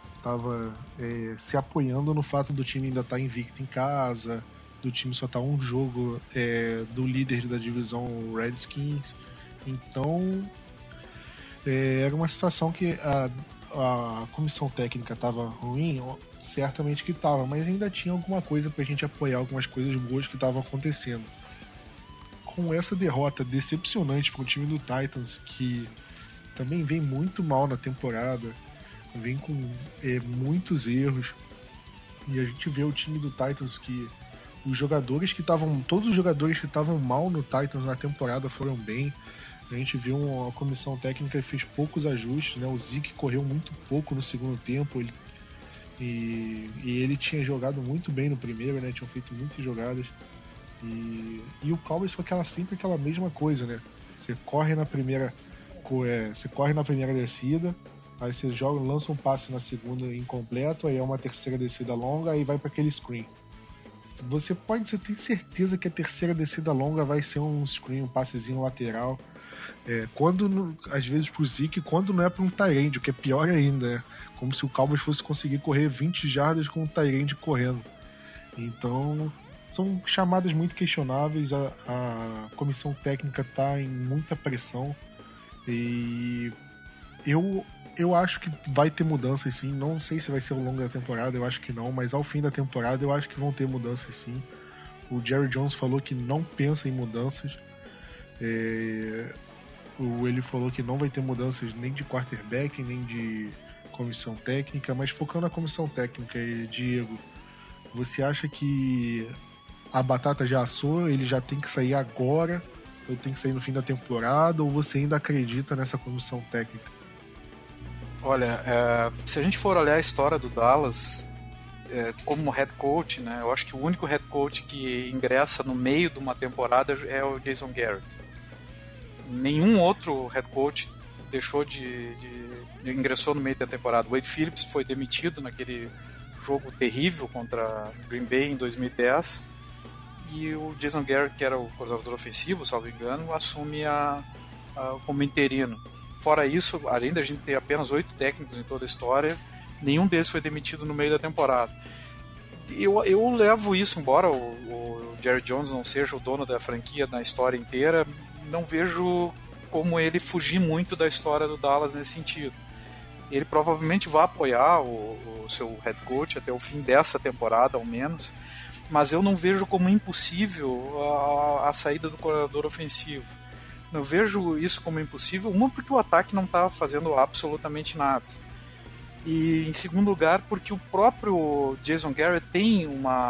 se apoiando no fato do time ainda estar invicto em casa, do time só estar um jogo do líder da divisão, o Redskins. Então, era uma situação que a comissão técnica estava ruim, certamente que estava, mas ainda tinha alguma coisa pra gente apoiar algumas coisas boas que estavam acontecendo. Com essa derrota decepcionante para o time do Titans, que também vem muito mal na temporada, vem com muitos erros, e a gente vê o time do Titans que todos os jogadores que estavam mal no Titans na temporada foram bem. A gente viu a comissão técnica que fez poucos ajustes, né? O Zeke correu muito pouco no segundo tempo, e ele tinha jogado muito bem no primeiro, né? Tinham feito muitas jogadas. E o Cowboys foi sempre aquela mesma coisa, né? Você corre na primeira descida, aí você lança um passe na segunda incompleto, aí é uma terceira descida longa, aí vai para aquele screen. Você tem certeza que a terceira descida longa vai ser um screen, um passezinho lateral. Às vezes pro Zeke, quando não é para um tight end, o que é pior ainda, né? Como se o Cowboys fosse conseguir correr 20 jardas com um tight end correndo. Então, são chamadas muito questionáveis, a comissão técnica está em muita pressão, e eu acho que vai ter mudanças sim, não sei se vai ser ao longo da temporada, eu acho que não, mas ao fim da temporada eu acho que vão ter mudanças sim. O Jerry Jones falou que não pensa em mudanças, ele falou que não vai ter mudanças nem de quarterback, nem de comissão técnica, mas focando na comissão técnica, Diego, você acha que a batata já assou, ele já tem que sair agora, ou tem que sair no fim da temporada, ou você ainda acredita nessa comissão técnica? Olha, se a gente for olhar a história do Dallas como head coach, né, eu acho que o único head coach que ingressa no meio de uma temporada é o Jason Garrett. Nenhum outro head coach ingressou no meio da temporada. O Wade Phillips foi demitido naquele jogo terrível contra Green Bay em 2010, e o Jason Garrett, que era o coordenador ofensivo, salvo engano, assume como interino. Fora isso, além da gente ter apenas 8 técnicos em toda a história, nenhum deles foi demitido no meio da temporada. Eu levo isso, embora o Jerry Jones não seja o dono da franquia na história inteira, não vejo como ele fugir muito da história do Dallas nesse sentido. Ele provavelmente vai apoiar o seu head coach até o fim dessa temporada, ao menos, mas eu não vejo como impossível a saída do coordenador ofensivo. Não vejo isso como impossível, porque o ataque não está fazendo absolutamente nada. E, em segundo lugar, porque o próprio Jason Garrett tem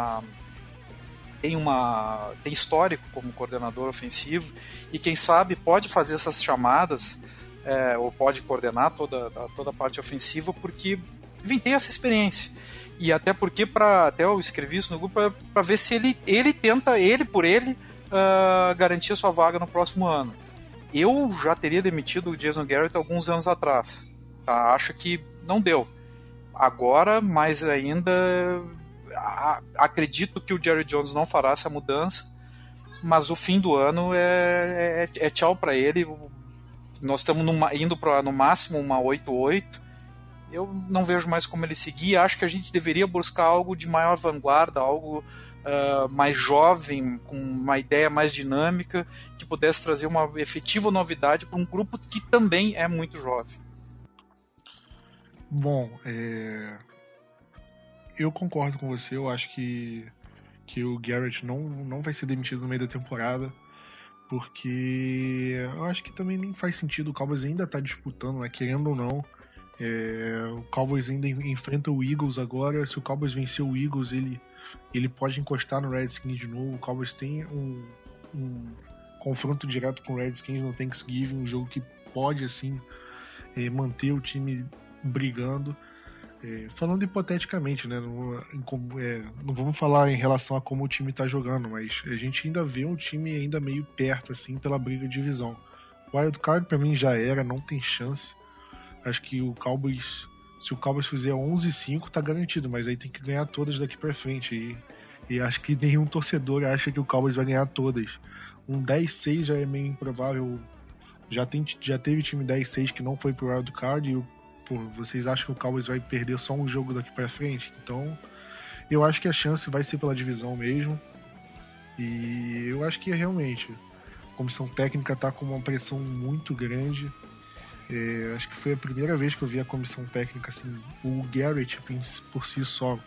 histórico como coordenador ofensivo, e quem sabe pode fazer essas chamadas, ou pode coordenar toda a parte ofensiva, porque tem essa experiência. E até porque, até eu escrevi isso no grupo, para ver se ele tenta, garantir a sua vaga no próximo ano. Eu já teria demitido o Jason Garrett alguns anos atrás. Tá? Acho que não deu. Agora, mais ainda, acredito que o Jerry Jones não fará essa mudança, mas o fim do ano é tchau para ele. Nós estamos indo para no máximo uma 8-8. Eu não vejo mais como ele seguir. Acho que a gente deveria buscar algo de maior vanguarda, algo mais jovem, com uma ideia mais dinâmica, que pudesse trazer uma efetiva novidade para um grupo que também é muito jovem. Bom, eu concordo com você. Eu acho que o Garrett não vai ser demitido no meio da temporada, porque eu acho que também nem faz sentido. O Cowboys ainda está disputando, né, querendo ou não. O Cowboys ainda enfrenta o Eagles agora. Se o Cowboys vencer o Eagles, ele pode encostar no Redskins de novo. O Cowboys tem um confronto direto com o Redskins no Thanksgiving, um jogo que pode assim manter o time brigando. Falando hipoteticamente, né, não vamos falar em relação a como o time está jogando, mas a gente ainda vê um time ainda meio perto assim pela briga de divisão. O Wild Card para mim já era, não tem chance. Acho que se o Cowboys fizer 11-5 tá garantido, mas aí tem que ganhar todas daqui pra frente, e acho que nenhum torcedor acha que o Cowboys vai ganhar todas. Um 10-6 já é meio improvável. Já teve time 10-6 que não foi pro Wild Card, e vocês acham que o Cowboys vai perder só um jogo daqui pra frente? Então eu acho que a chance vai ser pela divisão mesmo, e eu acho que realmente a comissão técnica tá com uma pressão muito grande. Acho que foi a primeira vez que eu vi a comissão técnica, assim, o Garrett por si só,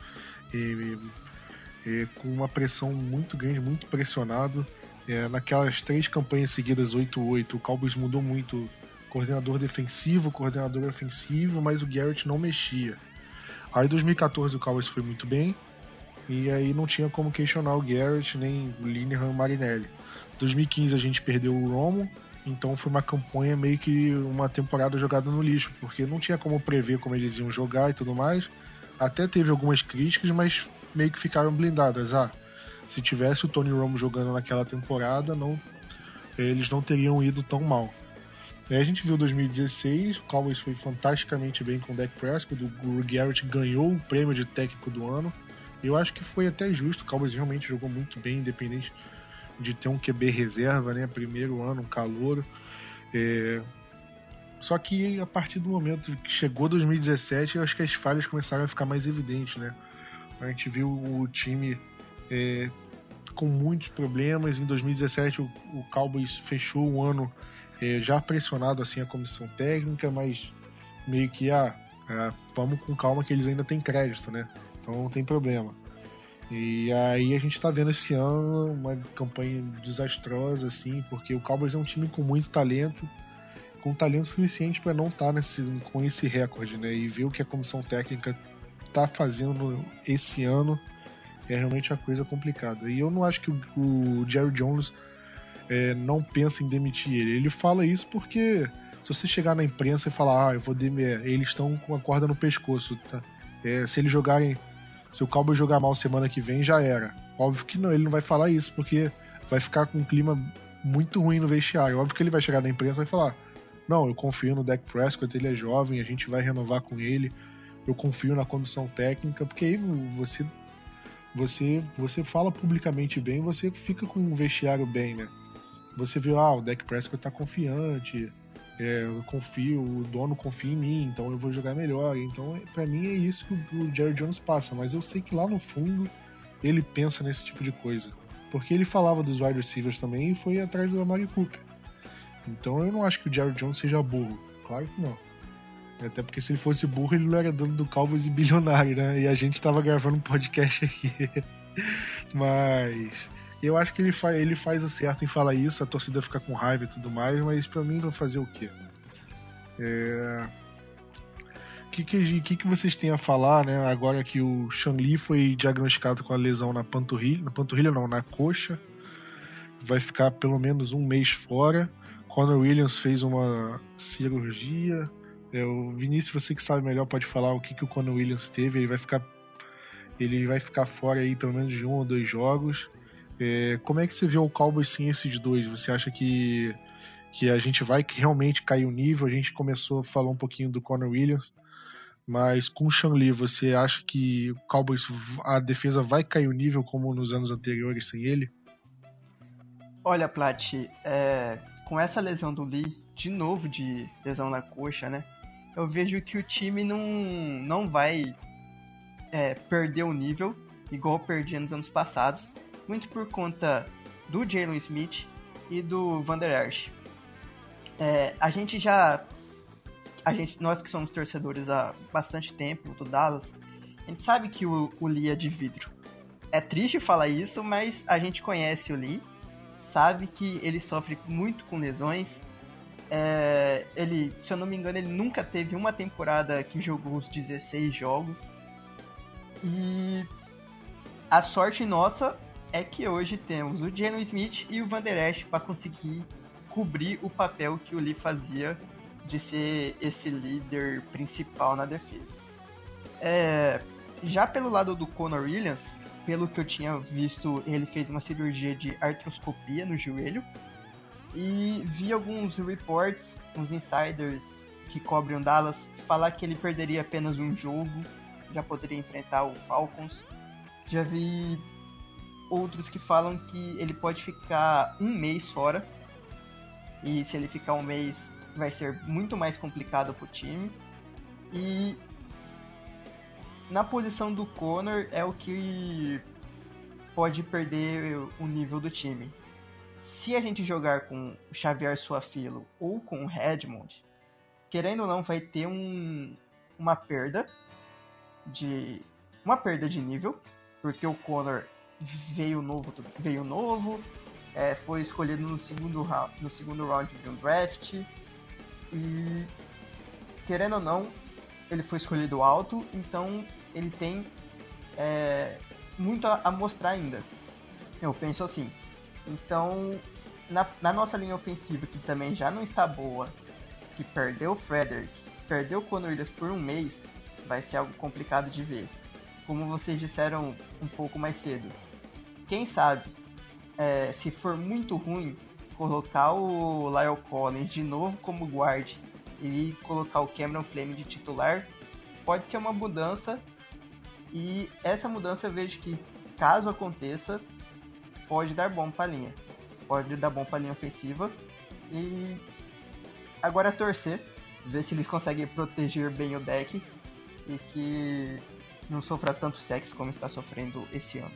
com uma pressão muito grande, muito pressionado. Naquelas 3 campanhas seguidas, 8-8, o Cowboys mudou muito, coordenador defensivo, coordenador ofensivo, mas o Garrett não mexia. Aí em 2014 o Cowboys foi muito bem, e aí não tinha como questionar o Garrett, nem o Linehan e o Marinelli. Em 2015 a gente perdeu o Romo, então foi uma campanha meio que uma temporada jogada no lixo, porque não tinha como prever como eles iam jogar e tudo mais. Até teve algumas críticas, mas meio que ficaram blindadas. Se tivesse o Tony Romo jogando naquela temporada, eles não teriam ido tão mal. Aí a gente viu 2016, o Cowboys foi fantasticamente bem com o Dak Prescott, o Garrett ganhou o prêmio de técnico do ano. Eu acho que foi até justo, o Cowboys realmente jogou muito bem, independente de ter um QB reserva, né? Primeiro ano, um calouro. Só que a partir do momento que chegou 2017, eu acho que as falhas começaram a ficar mais evidentes, né? A gente viu o time com muitos problemas. Em 2017 o Cowboys fechou o ano já pressionado assim a comissão técnica, mas meio que vamos com calma que eles ainda têm crédito, né? Então não tem problema. E aí a gente tá vendo esse ano uma campanha desastrosa, assim, porque o Cowboys é um time com muito talento, com talento suficiente para não estar com esse recorde, né? E ver o que a comissão técnica tá fazendo esse ano é realmente uma coisa complicada. E eu não acho que o Jerry Jones não pensa em demitir ele. Ele fala isso porque se você chegar na imprensa e falar, eu vou demitir, eles estão com a corda no pescoço, tá? Se o Cowboys jogar mal semana que vem, já era. Óbvio que não, ele não vai falar isso, porque vai ficar com um clima muito ruim no vestiário. Óbvio que ele vai chegar na imprensa e vai falar, não, eu confio no Dak Prescott, ele é jovem, a gente vai renovar com ele, eu confio na comissão técnica, porque aí você fala publicamente bem, você fica com um vestiário bem, né? Você viu, o Dak Prescott tá confiante, eu confio, o dono confia em mim, então eu vou jogar melhor. Então, pra mim é isso que o Jerry Jones passa, mas eu sei que lá no fundo ele pensa nesse tipo de coisa, porque ele falava dos wide receivers também e foi atrás do Amari Cooper. Então eu não acho que o Jerry Jones seja burro, claro que não. Até porque se ele fosse burro, ele não era dono do Cowboys e bilionário, né? E a gente tava gravando um podcast aqui. Mas eu acho que ele faz o certo em falar isso, a torcida fica com raiva e tudo mais, mas pra mim vai fazer o quê? O que vocês têm a falar, né? Agora que o Sean Lee foi diagnosticado com a lesão na panturrilha não, na coxa, vai ficar pelo menos um mês fora. Conor Williams fez uma cirurgia. O Vinícius, você que sabe melhor, pode falar o que o Conor Williams teve. Ele vai ficar fora aí pelo menos de 1 ou 2 jogos. Como é que você vê o Cowboys sem esses dois? Você acha que a gente vai realmente cair o nível? A gente começou a falar um pouquinho do Conor Williams, mas com o Sean Lee, você acha que o Cowboys, a defesa vai cair o nível como nos anos anteriores sem ele? Olha, Plat, com essa lesão do Lee, de novo de lesão na coxa, né? Eu vejo que o time não vai perder o nível igual perdia nos anos passados, muito por conta do Jaylon Smith e do Van Der Esch. Nós que somos torcedores há bastante tempo do Dallas, a gente sabe que o Lee é de vidro. É triste falar isso, mas a gente conhece o Lee, sabe que ele sofre muito com lesões. Se eu não me engano, ele nunca teve uma temporada que jogou os 16 jogos. E a sorte nossa é que hoje temos o Jaylon Smith e o Van Der Esch para conseguir cobrir o papel que o Lee fazia de ser esse líder principal na defesa. Já pelo lado do Conor Williams, pelo que eu tinha visto, ele fez uma cirurgia de artroscopia no joelho. E vi alguns reports, uns insiders que cobrem o Dallas, falar que ele perderia apenas um jogo, já poderia enfrentar o Falcons. Já vi outros que falam que ele pode ficar um mês fora. E se ele ficar um mês, vai ser muito mais complicado pro time. E na posição do Conor é o que pode perder o nível do time. Se a gente jogar com o Xavier Su'a-Filo ou com o Redmond, querendo ou não, vai ter uma perda de nível, porque o Connor veio novo, foi escolhido no segundo round de um draft, e querendo ou não, ele foi escolhido alto, então ele tem muito a mostrar ainda. Eu penso assim. Então, na nossa linha ofensiva, que também já não está boa, que perdeu o Frederick, perdeu o Connor Williams por um mês, vai ser algo complicado de ver. Como vocês disseram um pouco mais cedo, quem sabe, se for muito ruim, colocar o Lyle Collins de novo como guard e colocar o Cameron Flame de titular, pode ser uma mudança, e essa mudança eu vejo que, caso aconteça, pode dar bom pra linha. Pode dar bom pra linha ofensiva. E agora é torcer, ver se eles conseguem proteger bem o deck e que não sofra tanto sexo como está sofrendo esse ano.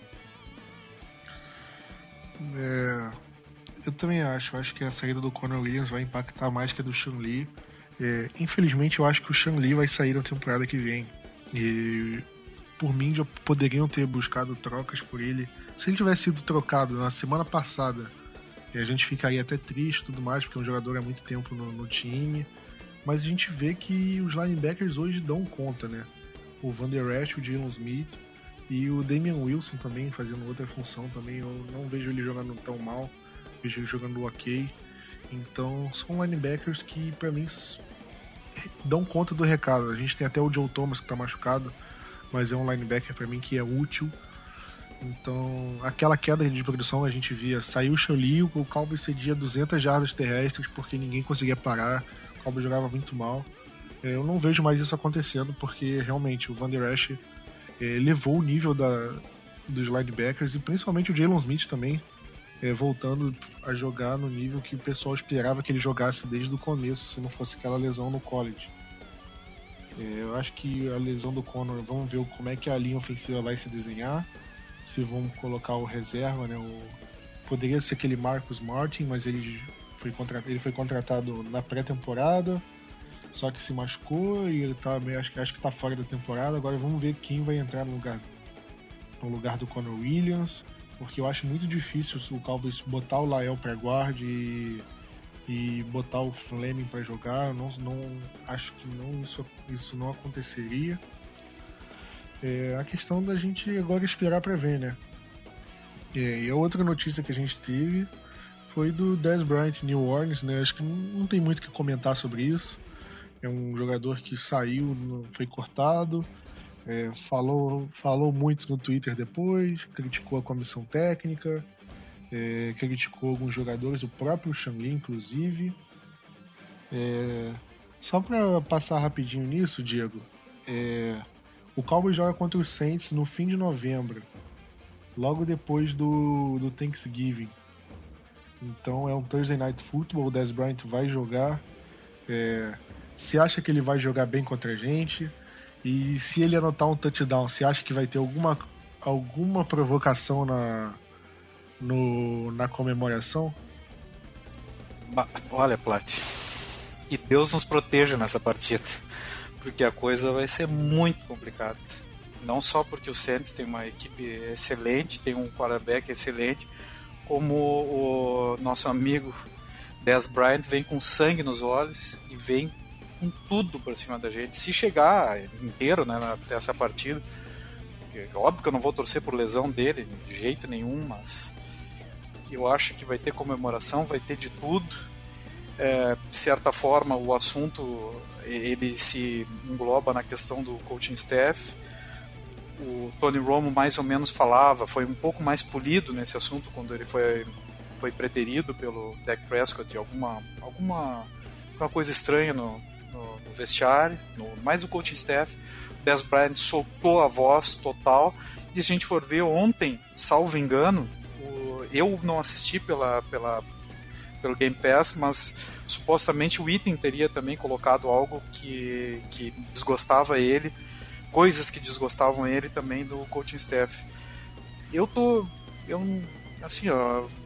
Eu também acho que a saída do Connor Williams vai impactar mais que a do Sean Lee. Infelizmente, eu acho que o Sean Lee vai sair na temporada que vem. E por mim, já poderiam ter buscado trocas por ele. Se ele tivesse sido trocado na semana passada, a gente ficaria até triste e tudo mais, porque é um jogador há muito tempo no time. Mas a gente vê que os linebackers hoje dão conta, né? O Van Der Esch, o Jalen Smith e o Damian Wilson também fazendo outra função também. Eu não vejo ele jogando tão mal, vejo ele jogando ok. Então são linebackers que pra mim dão conta do recado. A gente tem até o Joe Thomas que tá machucado, mas é um linebacker pra mim que é útil. Então, aquela queda de produção a gente via, saiu o Shirley, o Cowboys cedia 200 jardas terrestres porque ninguém conseguia parar, o Cowboys jogava muito mal. Eu não vejo mais isso acontecendo, porque realmente o Van Der Esch levou o nível dos linebackers, e principalmente o Jalen Smith também, voltando a jogar no nível que o pessoal esperava que ele jogasse desde o começo, se não fosse aquela lesão no college. Eu acho que a lesão do Connor, vamos ver como é que a linha ofensiva vai se desenhar, se vão colocar o reserva, né? Poderia ser aquele Marcus Martin, mas ele foi contratado na pré-temporada, só que se machucou e ele tá meio, acho que tá fora da temporada. Agora vamos ver quem vai entrar no lugar do Connor Williams, porque eu acho muito difícil o Cowboys botar o Lael para guard e botar o Fleming para jogar. Eu não acho que isso não aconteceria. A questão da gente agora esperar para ver, né? E a outra notícia que a gente teve foi do Dez Bryant New Orleans, né? Acho que não tem muito o que comentar sobre isso. É um jogador que saiu, foi cortado, falou muito no Twitter depois, criticou a comissão técnica, criticou alguns jogadores, o próprio Sean Lee, inclusive. Só para passar rapidinho nisso, Diego, o Cowboys joga contra os Saints no fim de novembro, logo depois do Thanksgiving. Então é um Thursday Night Football, o Dez Bryant vai jogar. Você acha que ele vai jogar bem contra a gente? E se ele anotar um touchdown, você acha que vai ter alguma provocação na comemoração? Olha, Plat, que Deus nos proteja nessa partida, porque a coisa vai ser muito complicada. Não só porque o Saints tem uma equipe excelente, tem um quarterback excelente, como o nosso amigo Dez Bryant vem com sangue nos olhos e vem com tudo por cima da gente. Se chegar inteiro, né, até essa partida, óbvio que eu não vou torcer por lesão dele de jeito nenhum, mas eu acho que vai ter comemoração, vai ter de tudo. De certa forma, o assunto ele se engloba na questão do coaching staff. O Tony Romo mais ou menos falava, foi um pouco mais polido nesse assunto quando ele foi preterido pelo Dak Prescott de alguma coisa estranha no vestiário, mais o coaching staff. O Dez Bryant soltou a voz total, e se a gente for ver ontem, salvo engano, eu não assisti pelo Game Pass, mas supostamente o Item teria também colocado algo que desgostava ele, coisas que desgostavam ele também do coaching staff.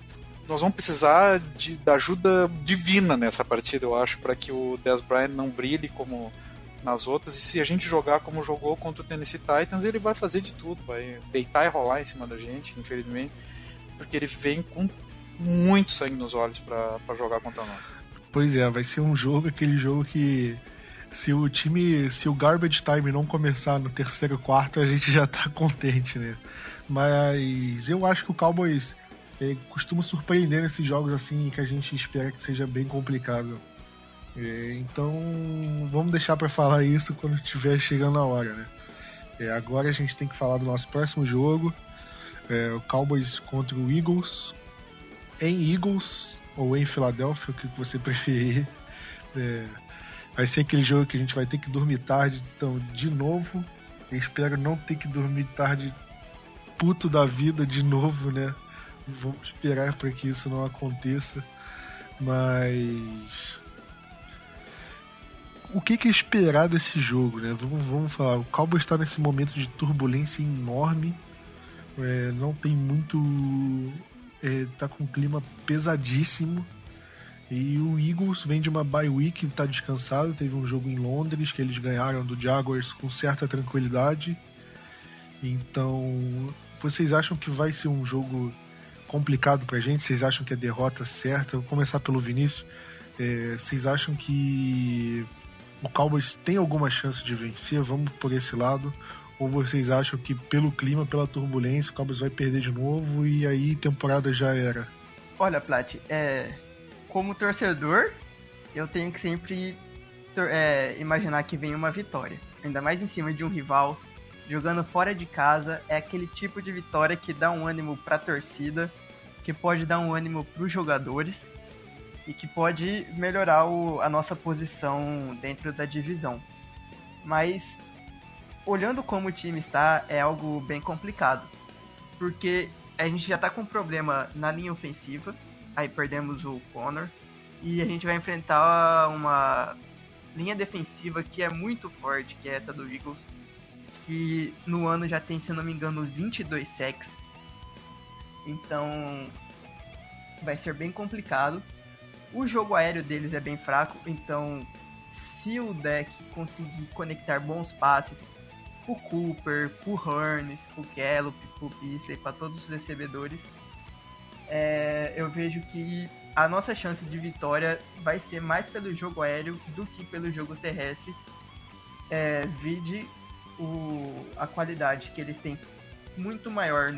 nós vamos precisar da ajuda divina nessa partida, eu acho, para que o Dez Bryant não brilhe como nas outras. E se a gente jogar como jogou contra o Tennessee Titans, ele vai fazer de tudo, vai deitar e rolar em cima da gente, infelizmente, porque ele vem com muito sangue nos olhos para jogar contra nós. Pois é, vai ser um jogo, aquele jogo que se o garbage time não começar no terceiro quarto, a gente já tá contente, né? Mas eu acho que o Cowboys costuma surpreender nesses jogos assim, que a gente espera que seja bem complicado. Então vamos deixar para falar isso quando estiver chegando a hora, né? Agora a gente tem que falar do nosso próximo jogo, o Cowboys contra o Eagles, em Eagles ou em Filadélfia, o que você preferir. Vai ser aquele jogo que a gente vai ter que dormir tarde, então, de novo. Eu espero não ter que dormir tarde puto da vida de novo, né? Vamos esperar para que isso não aconteça. Mas o que esperar desse jogo, né? Vamos falar. O Cowboys está nesse momento de turbulência enorme. Não tem muito... tá com um clima pesadíssimo. E o Eagles vem de uma bye week, tá descansado. Teve um jogo em Londres que eles ganharam do Jaguars com certa tranquilidade. Então, vocês acham que vai ser um jogo complicado pra gente? Vocês acham que é derrota certa? Vou começar pelo Vinícius. Vocês acham que o Cowboys tem alguma chance de vencer? Vamos por esse lado. Ou vocês acham que pelo clima, pela turbulência, o Cowboys vai perder de novo e aí temporada já era? Olha, Plat, como torcedor, eu tenho que sempre imaginar que vem uma vitória. Ainda mais em cima de um rival, jogando fora de casa. É aquele tipo de vitória que dá um ânimo pra torcida, que pode dar um ânimo pros jogadores e que pode melhorar a nossa posição dentro da divisão. Mas, olhando como o time está, é algo bem complicado. Porque a gente já tá com problema na linha ofensiva. Aí perdemos o Connor. E a gente vai enfrentar uma linha defensiva que é muito forte, que é essa do Eagles. Que no ano já tem, se não me engano, 22 sacks. Então vai ser bem complicado. O jogo aéreo deles é bem fraco. Então, se o deck conseguir conectar bons passes pro Cooper, pro Hurns, pro Gallup, pro Beasley, para todos os recebedores, eu vejo que a nossa chance de vitória vai ser mais pelo jogo aéreo do que pelo jogo terrestre. Vide a qualidade que eles têm muito maior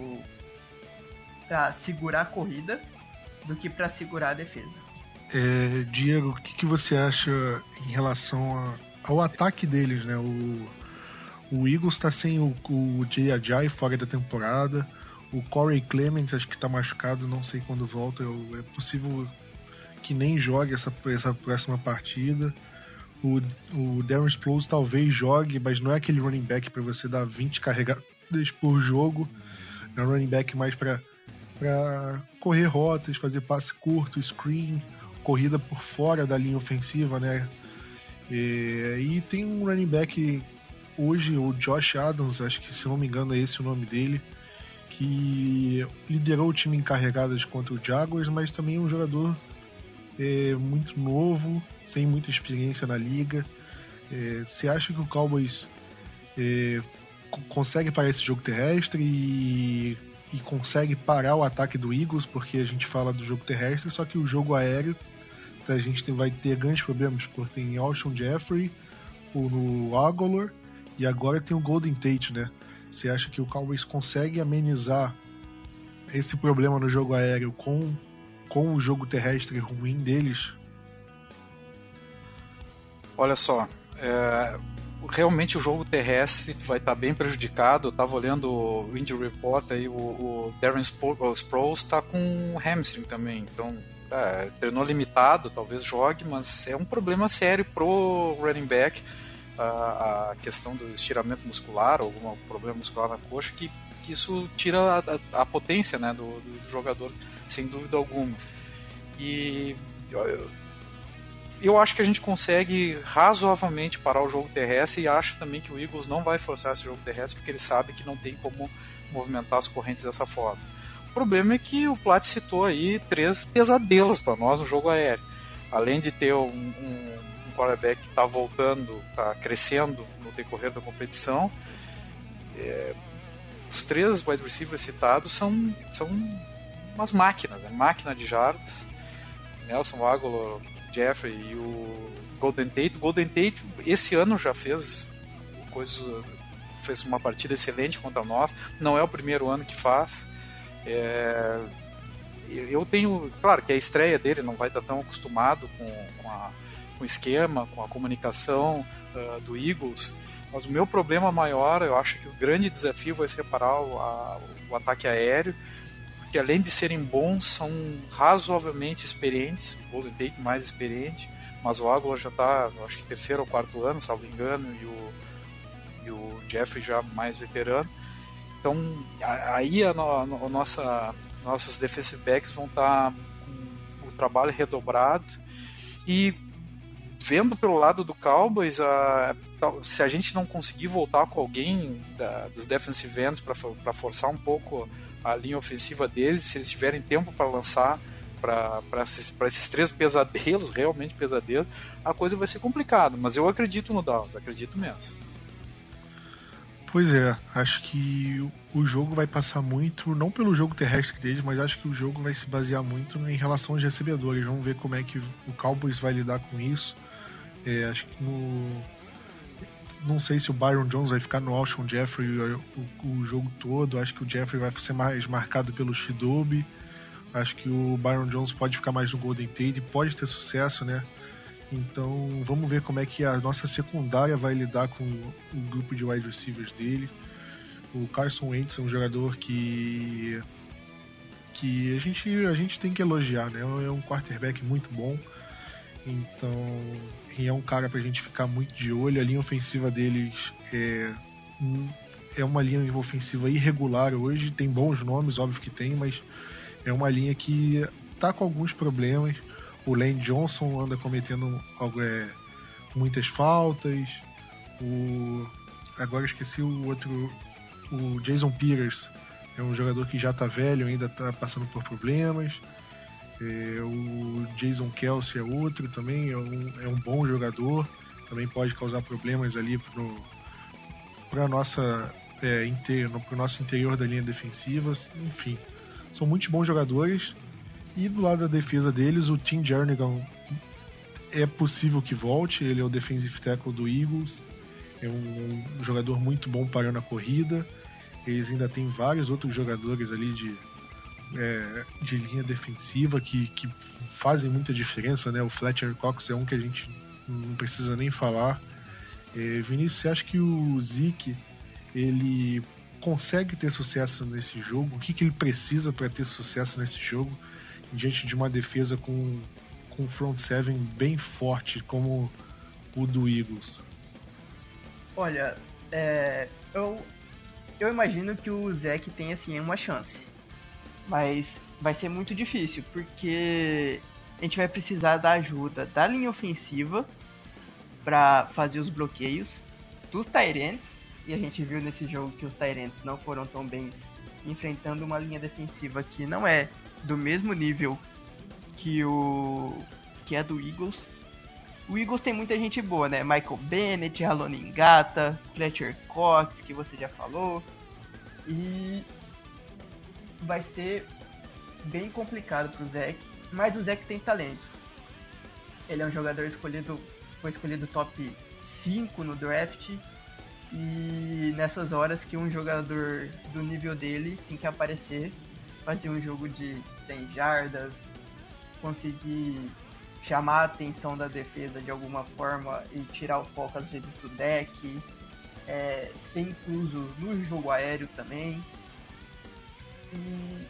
para segurar a corrida do que para segurar a defesa. Diego, o que você acha em relação ao ataque deles, né? O Eagles está sem o Jay Ajayi fora da temporada. O Corey Clement acho que está machucado, não sei quando volta. É possível que nem jogue essa próxima partida. O Darren Sproles talvez jogue, mas não é aquele running back para você dar 20 carregadas por jogo. É um running back mais para correr rotas, fazer passe curto, screen, corrida por fora da linha ofensiva, né? E tem um running back hoje, o Josh Adams, acho que se não me engano é esse o nome dele, que liderou o time em carregadas contra o Jaguars, mas também é um jogador muito novo, sem muita experiência na liga. Você acha que o Cowboys consegue parar esse jogo terrestre e consegue parar o ataque do Eagles? Porque a gente fala do jogo terrestre, só que o jogo aéreo a gente vai ter grandes problemas, porque tem Alshon Jeffrey, o Agholor e agora tem o Golden Tate, né? Você acha que o Cowboys consegue amenizar esse problema no jogo aéreo com o jogo terrestre ruim deles? Olha só, realmente o jogo terrestre vai estar bem prejudicado. Eu estava olhando o Injury Report aí, o Darren Sproles está com hamstring também, então treinou limitado, talvez jogue, mas é um problema sério pro running back, a questão do estiramento muscular, algum problema muscular na coxa, que isso tira a potência, né, do jogador, sem dúvida alguma. E eu acho que a gente consegue razoavelmente parar o jogo terrestre, e acho também que o Eagles não vai forçar esse jogo terrestre, porque ele sabe que não tem como movimentar as correntes dessa forma. O problema é que o Plat citou aí 3 pesadelos para nós no jogo aéreo. Além de ter um quarterback que está voltando, está crescendo no decorrer da competição, os 3 wide receivers citados são umas máquinas, máquina de jardas. Nelson Agholor, Jeffrey e o Golden Tate. O Golden Tate esse ano já fez uma partida excelente contra nós. Não é o primeiro ano que faz. Eu tenho, claro que a estreia dele não vai estar tão acostumado com o esquema, com a comunicação do Eagles, mas o meu problema maior, eu acho que o grande desafio vai ser parar o ataque aéreo, porque além de serem bons, são razoavelmente experientes. O Golden Tate mais experiente, mas o Agholor já está, acho que 3º ou 4º ano, salvo engano, e o Jeffrey já mais veterano. Então aí nossos defensive backs vão estar com o trabalho redobrado. E vendo pelo lado do Cowboys, se a gente não conseguir voltar com alguém dos defensive ends para forçar um pouco a linha ofensiva deles, se eles tiverem tempo para lançar para esses 3 pesadelos, realmente pesadelos, a coisa vai ser complicada. Mas eu acredito no Dallas, acredito mesmo. Pois é, acho que o jogo vai passar muito, não pelo jogo terrestre deles, mas acho que o jogo vai se basear muito em relação aos recebedores. Vamos ver como é que o Cowboys vai lidar com isso. Acho que não sei se o Byron Jones vai ficar no Alshon Jeffrey o jogo todo. Acho que o Jeffrey vai ser mais marcado pelo Chidobe. Acho que o Byron Jones pode ficar mais no Golden Tate, pode ter sucesso, né? Então vamos ver como é que a nossa secundária vai lidar com o grupo de wide receivers dele. O Carson Wentz é um jogador que a gente tem que elogiar, né? É um quarterback muito bom. Então é um cara pra gente ficar muito de olho. A linha ofensiva deles é uma linha ofensiva irregular hoje. Tem bons nomes, óbvio que tem, mas é uma linha que tá com alguns problemas. O Lane Johnson anda cometendo muitas faltas. Agora esqueci o outro. O Jason Peters é um jogador que já tá velho, ainda tá passando por problemas. O Jason Kelce é outro também, é um bom jogador. Também pode causar problemas ali pro nosso interior da linha defensiva. Enfim, são muitos bons jogadores. E do lado da defesa deles, o Tim Jernigan é possível que volte. Ele é o defensive tackle do Eagles. É um jogador muito bom parando a corrida. Eles ainda têm vários outros jogadores ali de linha defensiva que fazem muita diferença, né? O Fletcher Cox é um que a gente não precisa nem falar. Vinícius, você acha que o Zeke ele consegue ter sucesso nesse jogo? O que ele precisa para ter sucesso nesse jogo? Diante de uma defesa com front seven bem forte como o do Eagles. Olha, eu imagino que o Zeke tenha assim uma chance, mas vai ser muito difícil, porque a gente vai precisar da ajuda da linha ofensiva para fazer os bloqueios, dos tight ends, e a gente viu nesse jogo que os tight ends não foram tão bem enfrentando uma linha defensiva que não é do mesmo nível que é do Eagles. O Eagles tem muita gente boa, né? Michael Bennett, Halon Ngata, Fletcher Cox, que você já falou. E vai ser bem complicado pro Zeke, mas o Zeke tem talento. Ele é um jogador foi escolhido top 5 no draft. E nessas horas que um jogador do nível dele tem que aparecer, fazer um jogo de 100 jardas, conseguir chamar a atenção da defesa de alguma forma e tirar o foco às vezes do deck, ser incluso no jogo aéreo também. E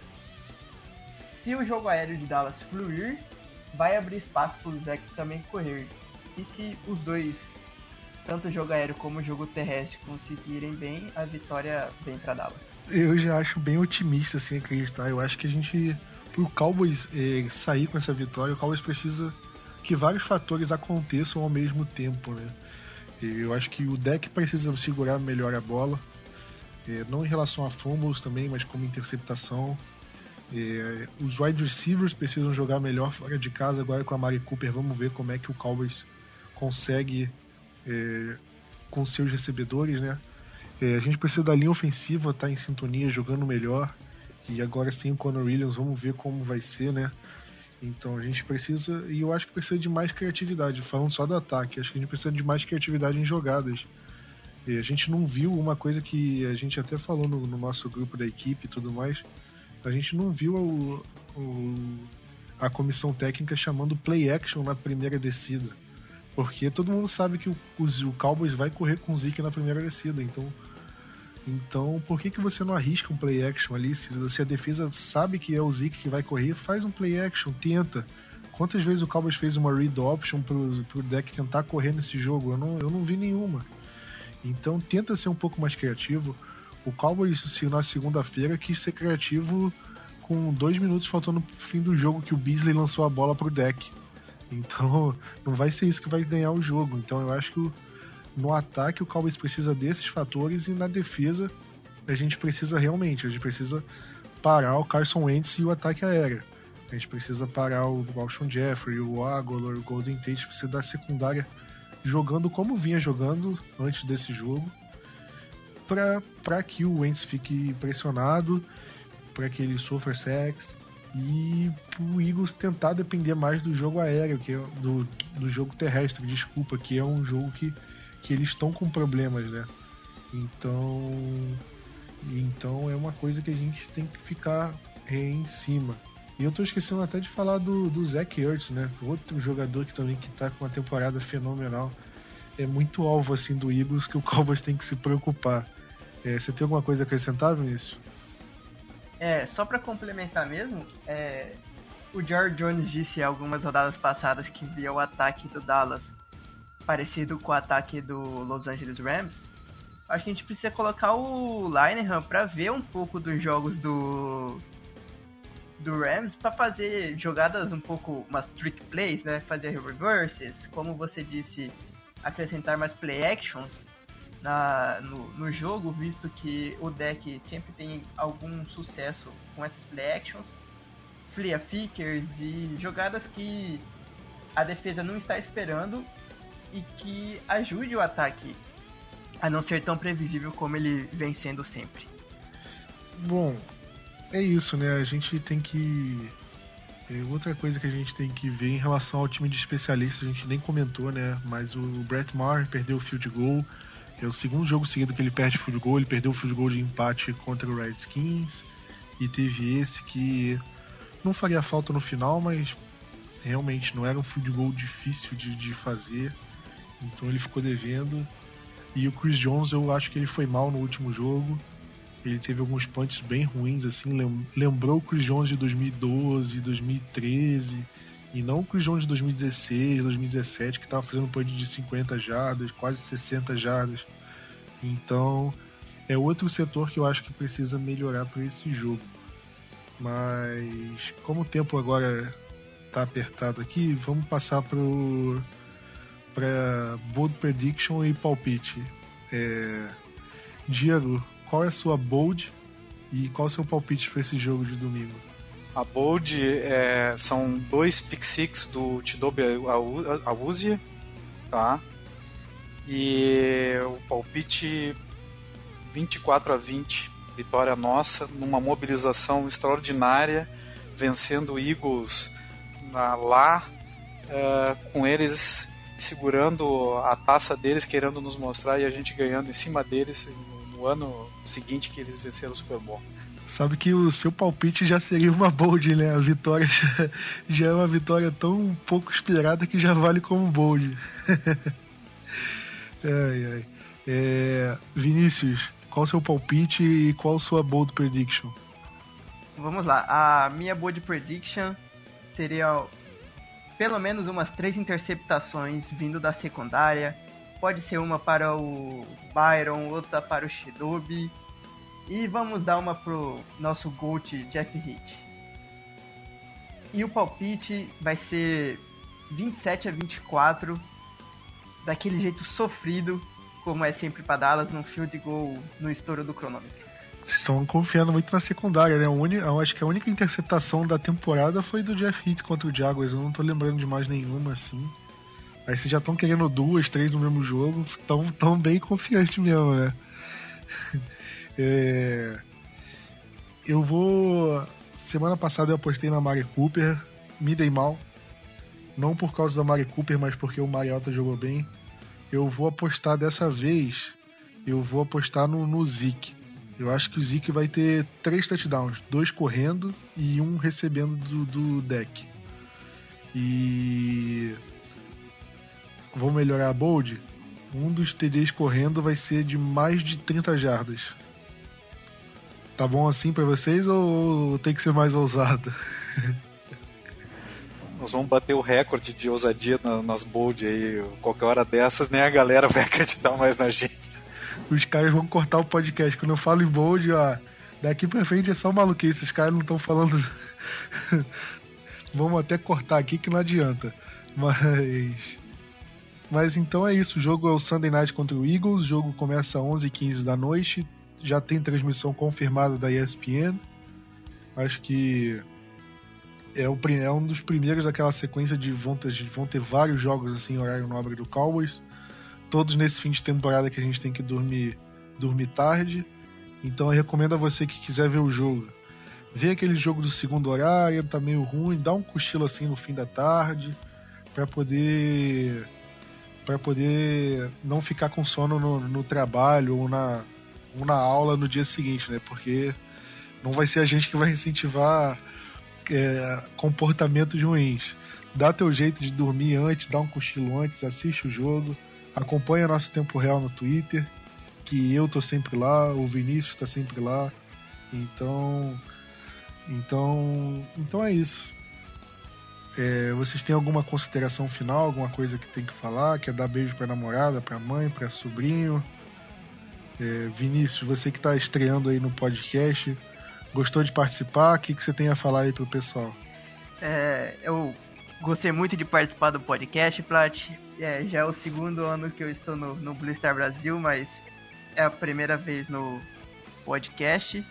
se o jogo aéreo de Dallas fluir, vai abrir espaço para o Zeke também correr. E se os dois, tanto o jogo aéreo como o jogo terrestre, conseguirem bem, a vitória vem para Dallas. Eu já acho bem otimista assim acreditar. Eu acho que a gente, pro Cowboys sair com essa vitória, o Cowboys precisa que vários fatores aconteçam ao mesmo tempo, né? Eu acho que o deck precisa segurar melhor a bola, não em relação a fumbles também, mas como interceptação. Os wide receivers precisam jogar melhor fora de casa agora com a Mari Cooper. Vamos ver como é que o Cowboys consegue com seus recebedores, né? A gente precisa da linha ofensiva estar em sintonia, jogando melhor. E agora sim o Connor Williams, vamos ver como vai ser, né? Então a gente precisa, e eu acho que precisa de mais criatividade, falando só do ataque, acho que a gente precisa de mais criatividade em jogadas. A gente não viu uma coisa que a gente até falou no nosso grupo da equipe e tudo mais, a gente não viu a comissão técnica chamando play action na primeira descida, porque todo mundo sabe que o Cowboys vai correr com o Zeke na primeira descida, então por que você não arrisca um play action ali? Se a defesa sabe que é o Zeke que vai correr, faz um play action, tenta. Quantas vezes o Cowboys fez uma read option pro deck tentar correr nesse jogo? Eu não vi nenhuma. Então tenta ser um pouco mais criativo. O Cowboys, na segunda-feira, quis ser criativo com 2 minutos faltando pro fim do jogo, que o Beasley lançou a bola pro deck. Então não vai ser isso que vai ganhar o jogo. Então eu acho que no ataque o Cowboys precisa desses fatores, e na defesa a gente precisa parar o Carson Wentz e o ataque aéreo. A gente precisa parar o Alshon Jeffrey, o Aguilar, o Golden Tate, precisa da secundária jogando como vinha jogando antes desse jogo, para que o Wentz fique pressionado, para que ele sofra sacks, e o Eagles tentar depender mais do jogo aéreo, que é do jogo terrestre, que é um jogo que eles estão com problemas, né? Então é uma coisa que a gente tem que ficar em cima. E eu tô esquecendo até de falar do Zach Ertz, né? Outro jogador que também tá com uma temporada fenomenal. É muito alvo assim do Eagles, que o Cowboys tem que se preocupar. Você tem alguma coisa a acrescentar, Vinícius? Só pra complementar mesmo, o George Jones disse algumas rodadas passadas que via o ataque do Dallas parecido com o ataque do Los Angeles Rams. Acho que a gente precisa colocar o Linehan para ver um pouco dos jogos do Rams, para fazer jogadas um pouco, umas trick plays, né? Fazer reverses, como você disse, acrescentar mais play actions no jogo, visto que o deck sempre tem algum sucesso com essas play actions, flea flickers e jogadas que a defesa não está esperando e que ajude o ataque a não ser tão previsível como ele vem sendo sempre. Bom, é isso, né? A gente tem que... outra coisa que a gente tem que ver em relação ao time de especialistas, a gente nem comentou, né? Mas o Brett Maher perdeu o field goal. É o segundo jogo seguido que ele perde field goal. Ele perdeu o field goal de empate contra o Redskins. E teve esse que não faria falta no final, mas realmente não era um field goal difícil de fazer. Então ele ficou devendo. E o Chris Jones, eu acho que ele foi mal no último jogo. Ele teve alguns punts bem ruins, assim. Lembrou o Chris Jones de 2012, 2013. E não o Chris Jones de 2016, 2017, que estava fazendo punch de 50 jardas, quase 60 jardas. Então é outro setor que eu acho que precisa melhorar para esse jogo. Mas como o tempo agora está apertado aqui, vamos passar para bold prediction e palpite. Diego, qual é a sua bold e qual é o seu palpite para esse jogo de domingo? A bold são 2 pick six do Chidobe Awuzie, tá? E o palpite 24-20, vitória nossa, numa mobilização extraordinária, vencendo o Eagles lá, com eles segurando a taça deles, querendo nos mostrar, e a gente ganhando em cima deles no ano seguinte que eles venceram o Super Bowl. Sabe que o seu palpite já seria uma bold, né? A vitória já é uma vitória tão pouco esperada que já vale como bold. Vinícius, qual o seu palpite e qual a sua bold prediction? Vamos lá, a minha bold prediction seria pelo menos umas 3 interceptações vindo da secundária. Pode ser uma para o Byron, outra para o Chidobe. E vamos dar uma pro nosso GOAT Jeff Heath. E o palpite vai ser 27-24, daquele jeito sofrido, como é sempre para Dallas, num field goal no estouro do cronômetro. Vocês estão confiando muito na secundária, né? Eu acho que a única interceptação da temporada foi do Jeff Heath contra o Jaguars. Eu não tô lembrando de mais nenhuma, assim. Aí vocês já estão querendo 2, 3 no mesmo jogo. Tão bem confiante mesmo, né? Eu vou... Semana passada eu apostei na Mari Cooper. Me dei mal. Não por causa da Mari Cooper, mas porque o Mariota jogou bem. Eu vou apostar dessa vez. Eu vou apostar no Zeke. Eu acho que o Zeke vai ter 3 touchdowns. 2 correndo e 1 recebendo do deck. E... Vou melhorar a bold. Um dos TDs correndo vai ser de mais de 30 jardas. Tá bom assim pra vocês ou tem que ser mais ousado? Nós vamos bater o recorde de ousadia nas bold aí. Qualquer hora dessas, nem a galera vai acreditar mais na gente. Os caras vão cortar o podcast. Quando eu falo em bold, ó, daqui pra frente é só maluquice. Os caras não estão falando... Vamos até cortar aqui que não adianta. Mas então é isso. O jogo é o Sunday Night contra o Eagles. O jogo começa às 11h15 da noite. Já tem transmissão confirmada da ESPN. Acho que é um dos primeiros daquela sequência de vão ter vários jogos assim, horário nobre do Cowboys. Todos nesse fim de temporada que a gente tem que dormir tarde. Então eu recomendo a você que quiser ver o jogo. Vê aquele jogo do segundo horário, tá meio ruim, dá um cochilo assim no fim da tarde. Pra poder não ficar com sono no trabalho ou na aula no dia seguinte, né? Porque não vai ser a gente que vai incentivar comportamentos ruins. Dá teu jeito de dormir antes, dá um cochilo antes, assiste o jogo, acompanha nosso tempo real no Twitter, que eu tô sempre lá, o Vinícius tá sempre lá. Então é isso. Vocês têm alguma consideração final, alguma coisa que tem que falar? Quer dar beijo pra namorada, pra mãe, pra sobrinho? Vinícius, você que tá estreando aí no podcast, gostou de participar? O que você tem a falar aí pro pessoal? Eu gostei muito de participar do podcast, Plat. Já é o segundo ano que eu estou no Blue Star Brasil, mas é a primeira vez no podcast.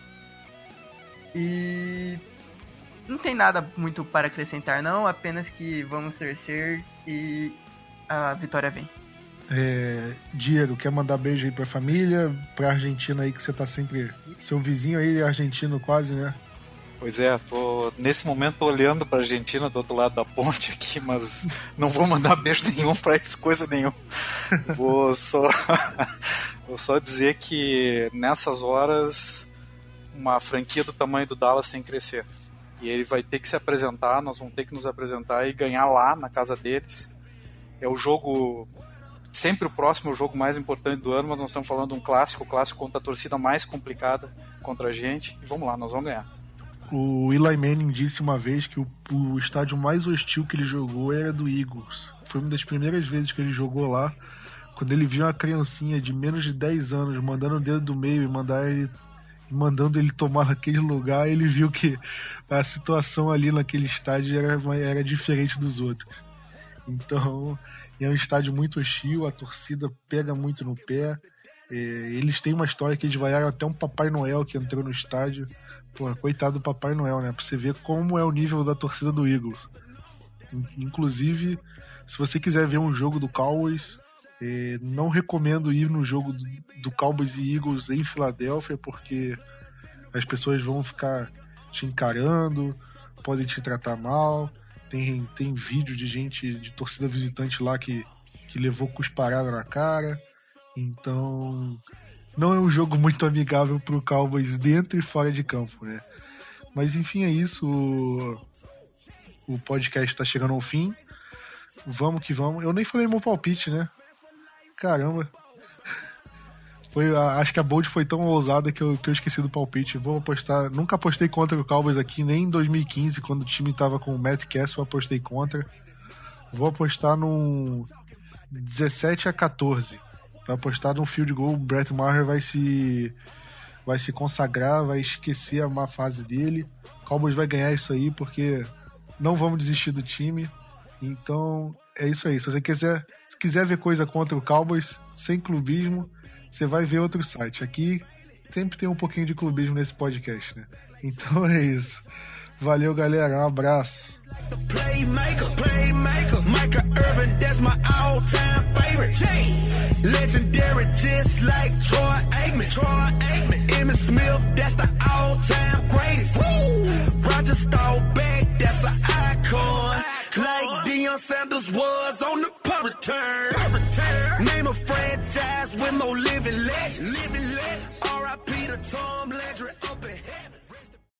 E... não tem nada muito para acrescentar não, apenas que vamos torcer e a vitória vem. Diego, quer mandar beijo aí pra família, pra Argentina aí que você tá sempre... Seu vizinho aí é argentino quase, né? Pois é, nesse momento tô olhando pra Argentina do outro lado da ponte aqui, mas não vou mandar beijo nenhum pra eles, coisa nenhuma. Vou só dizer que nessas horas uma franquia do tamanho do Dallas tem que crescer. E ele vai ter que se apresentar, nós vamos ter que nos apresentar e ganhar lá na casa deles. É o jogo, sempre o próximo é o jogo mais importante do ano, mas nós estamos falando de um clássico, o clássico contra a torcida mais complicada contra a gente. E vamos lá, nós vamos ganhar. O Eli Manning disse uma vez que o estádio mais hostil que ele jogou era do Eagles. Foi uma das primeiras vezes que ele jogou lá, quando ele viu uma criancinha de menos de 10 anos mandando o dedo do meio e mandando ele tomar naquele lugar, ele viu que a situação ali naquele estádio era diferente dos outros. Então, é um estádio muito hostil, a torcida pega muito no pé. Eles têm uma história que eles vaiaram até um Papai Noel que entrou no estádio. Pô, coitado do Papai Noel, né? Pra você ver como é o nível da torcida do Eagles. Inclusive, se você quiser ver um jogo do Cowboys, não recomendo ir no jogo do Cowboys e Eagles em Filadélfia, porque as pessoas vão ficar te encarando, podem te tratar mal. Tem vídeo de gente, de torcida visitante lá que levou cusparada na cara. Então, não é um jogo muito amigável pro Cowboys dentro e fora de campo, né? Mas enfim, é isso. O podcast tá chegando ao fim. Vamos que vamos. Eu nem falei meu palpite, né? Caramba. Acho que a bold foi tão ousada que eu esqueci do palpite. Vou apostar. Nunca apostei contra o Cowboys aqui, nem em 2015, quando o time tava com o Matt Castle, eu apostei contra. Vou apostar num 17-14. Vai apostar num field goal. O Brett Maher vai se consagrar, vai esquecer a má fase dele. O Cowboys vai ganhar isso aí, porque não vamos desistir do time. Então é isso aí. Se você quiser ver coisa contra o Cowboys sem clubismo, você vai ver outro site. Aqui sempre tem um pouquinho de clubismo nesse podcast, né? Então é isso. Valeu, galera. Um abraço. Playmaker, Michael Irvin, that's my all-time favorite. Legendary, just like Troy Aikman. Emmitt Smith, that's the all-time greatest. Roger Staubach, that's an icon. Like Deion Sanders was on the punt return. Name a franchise with more living legends.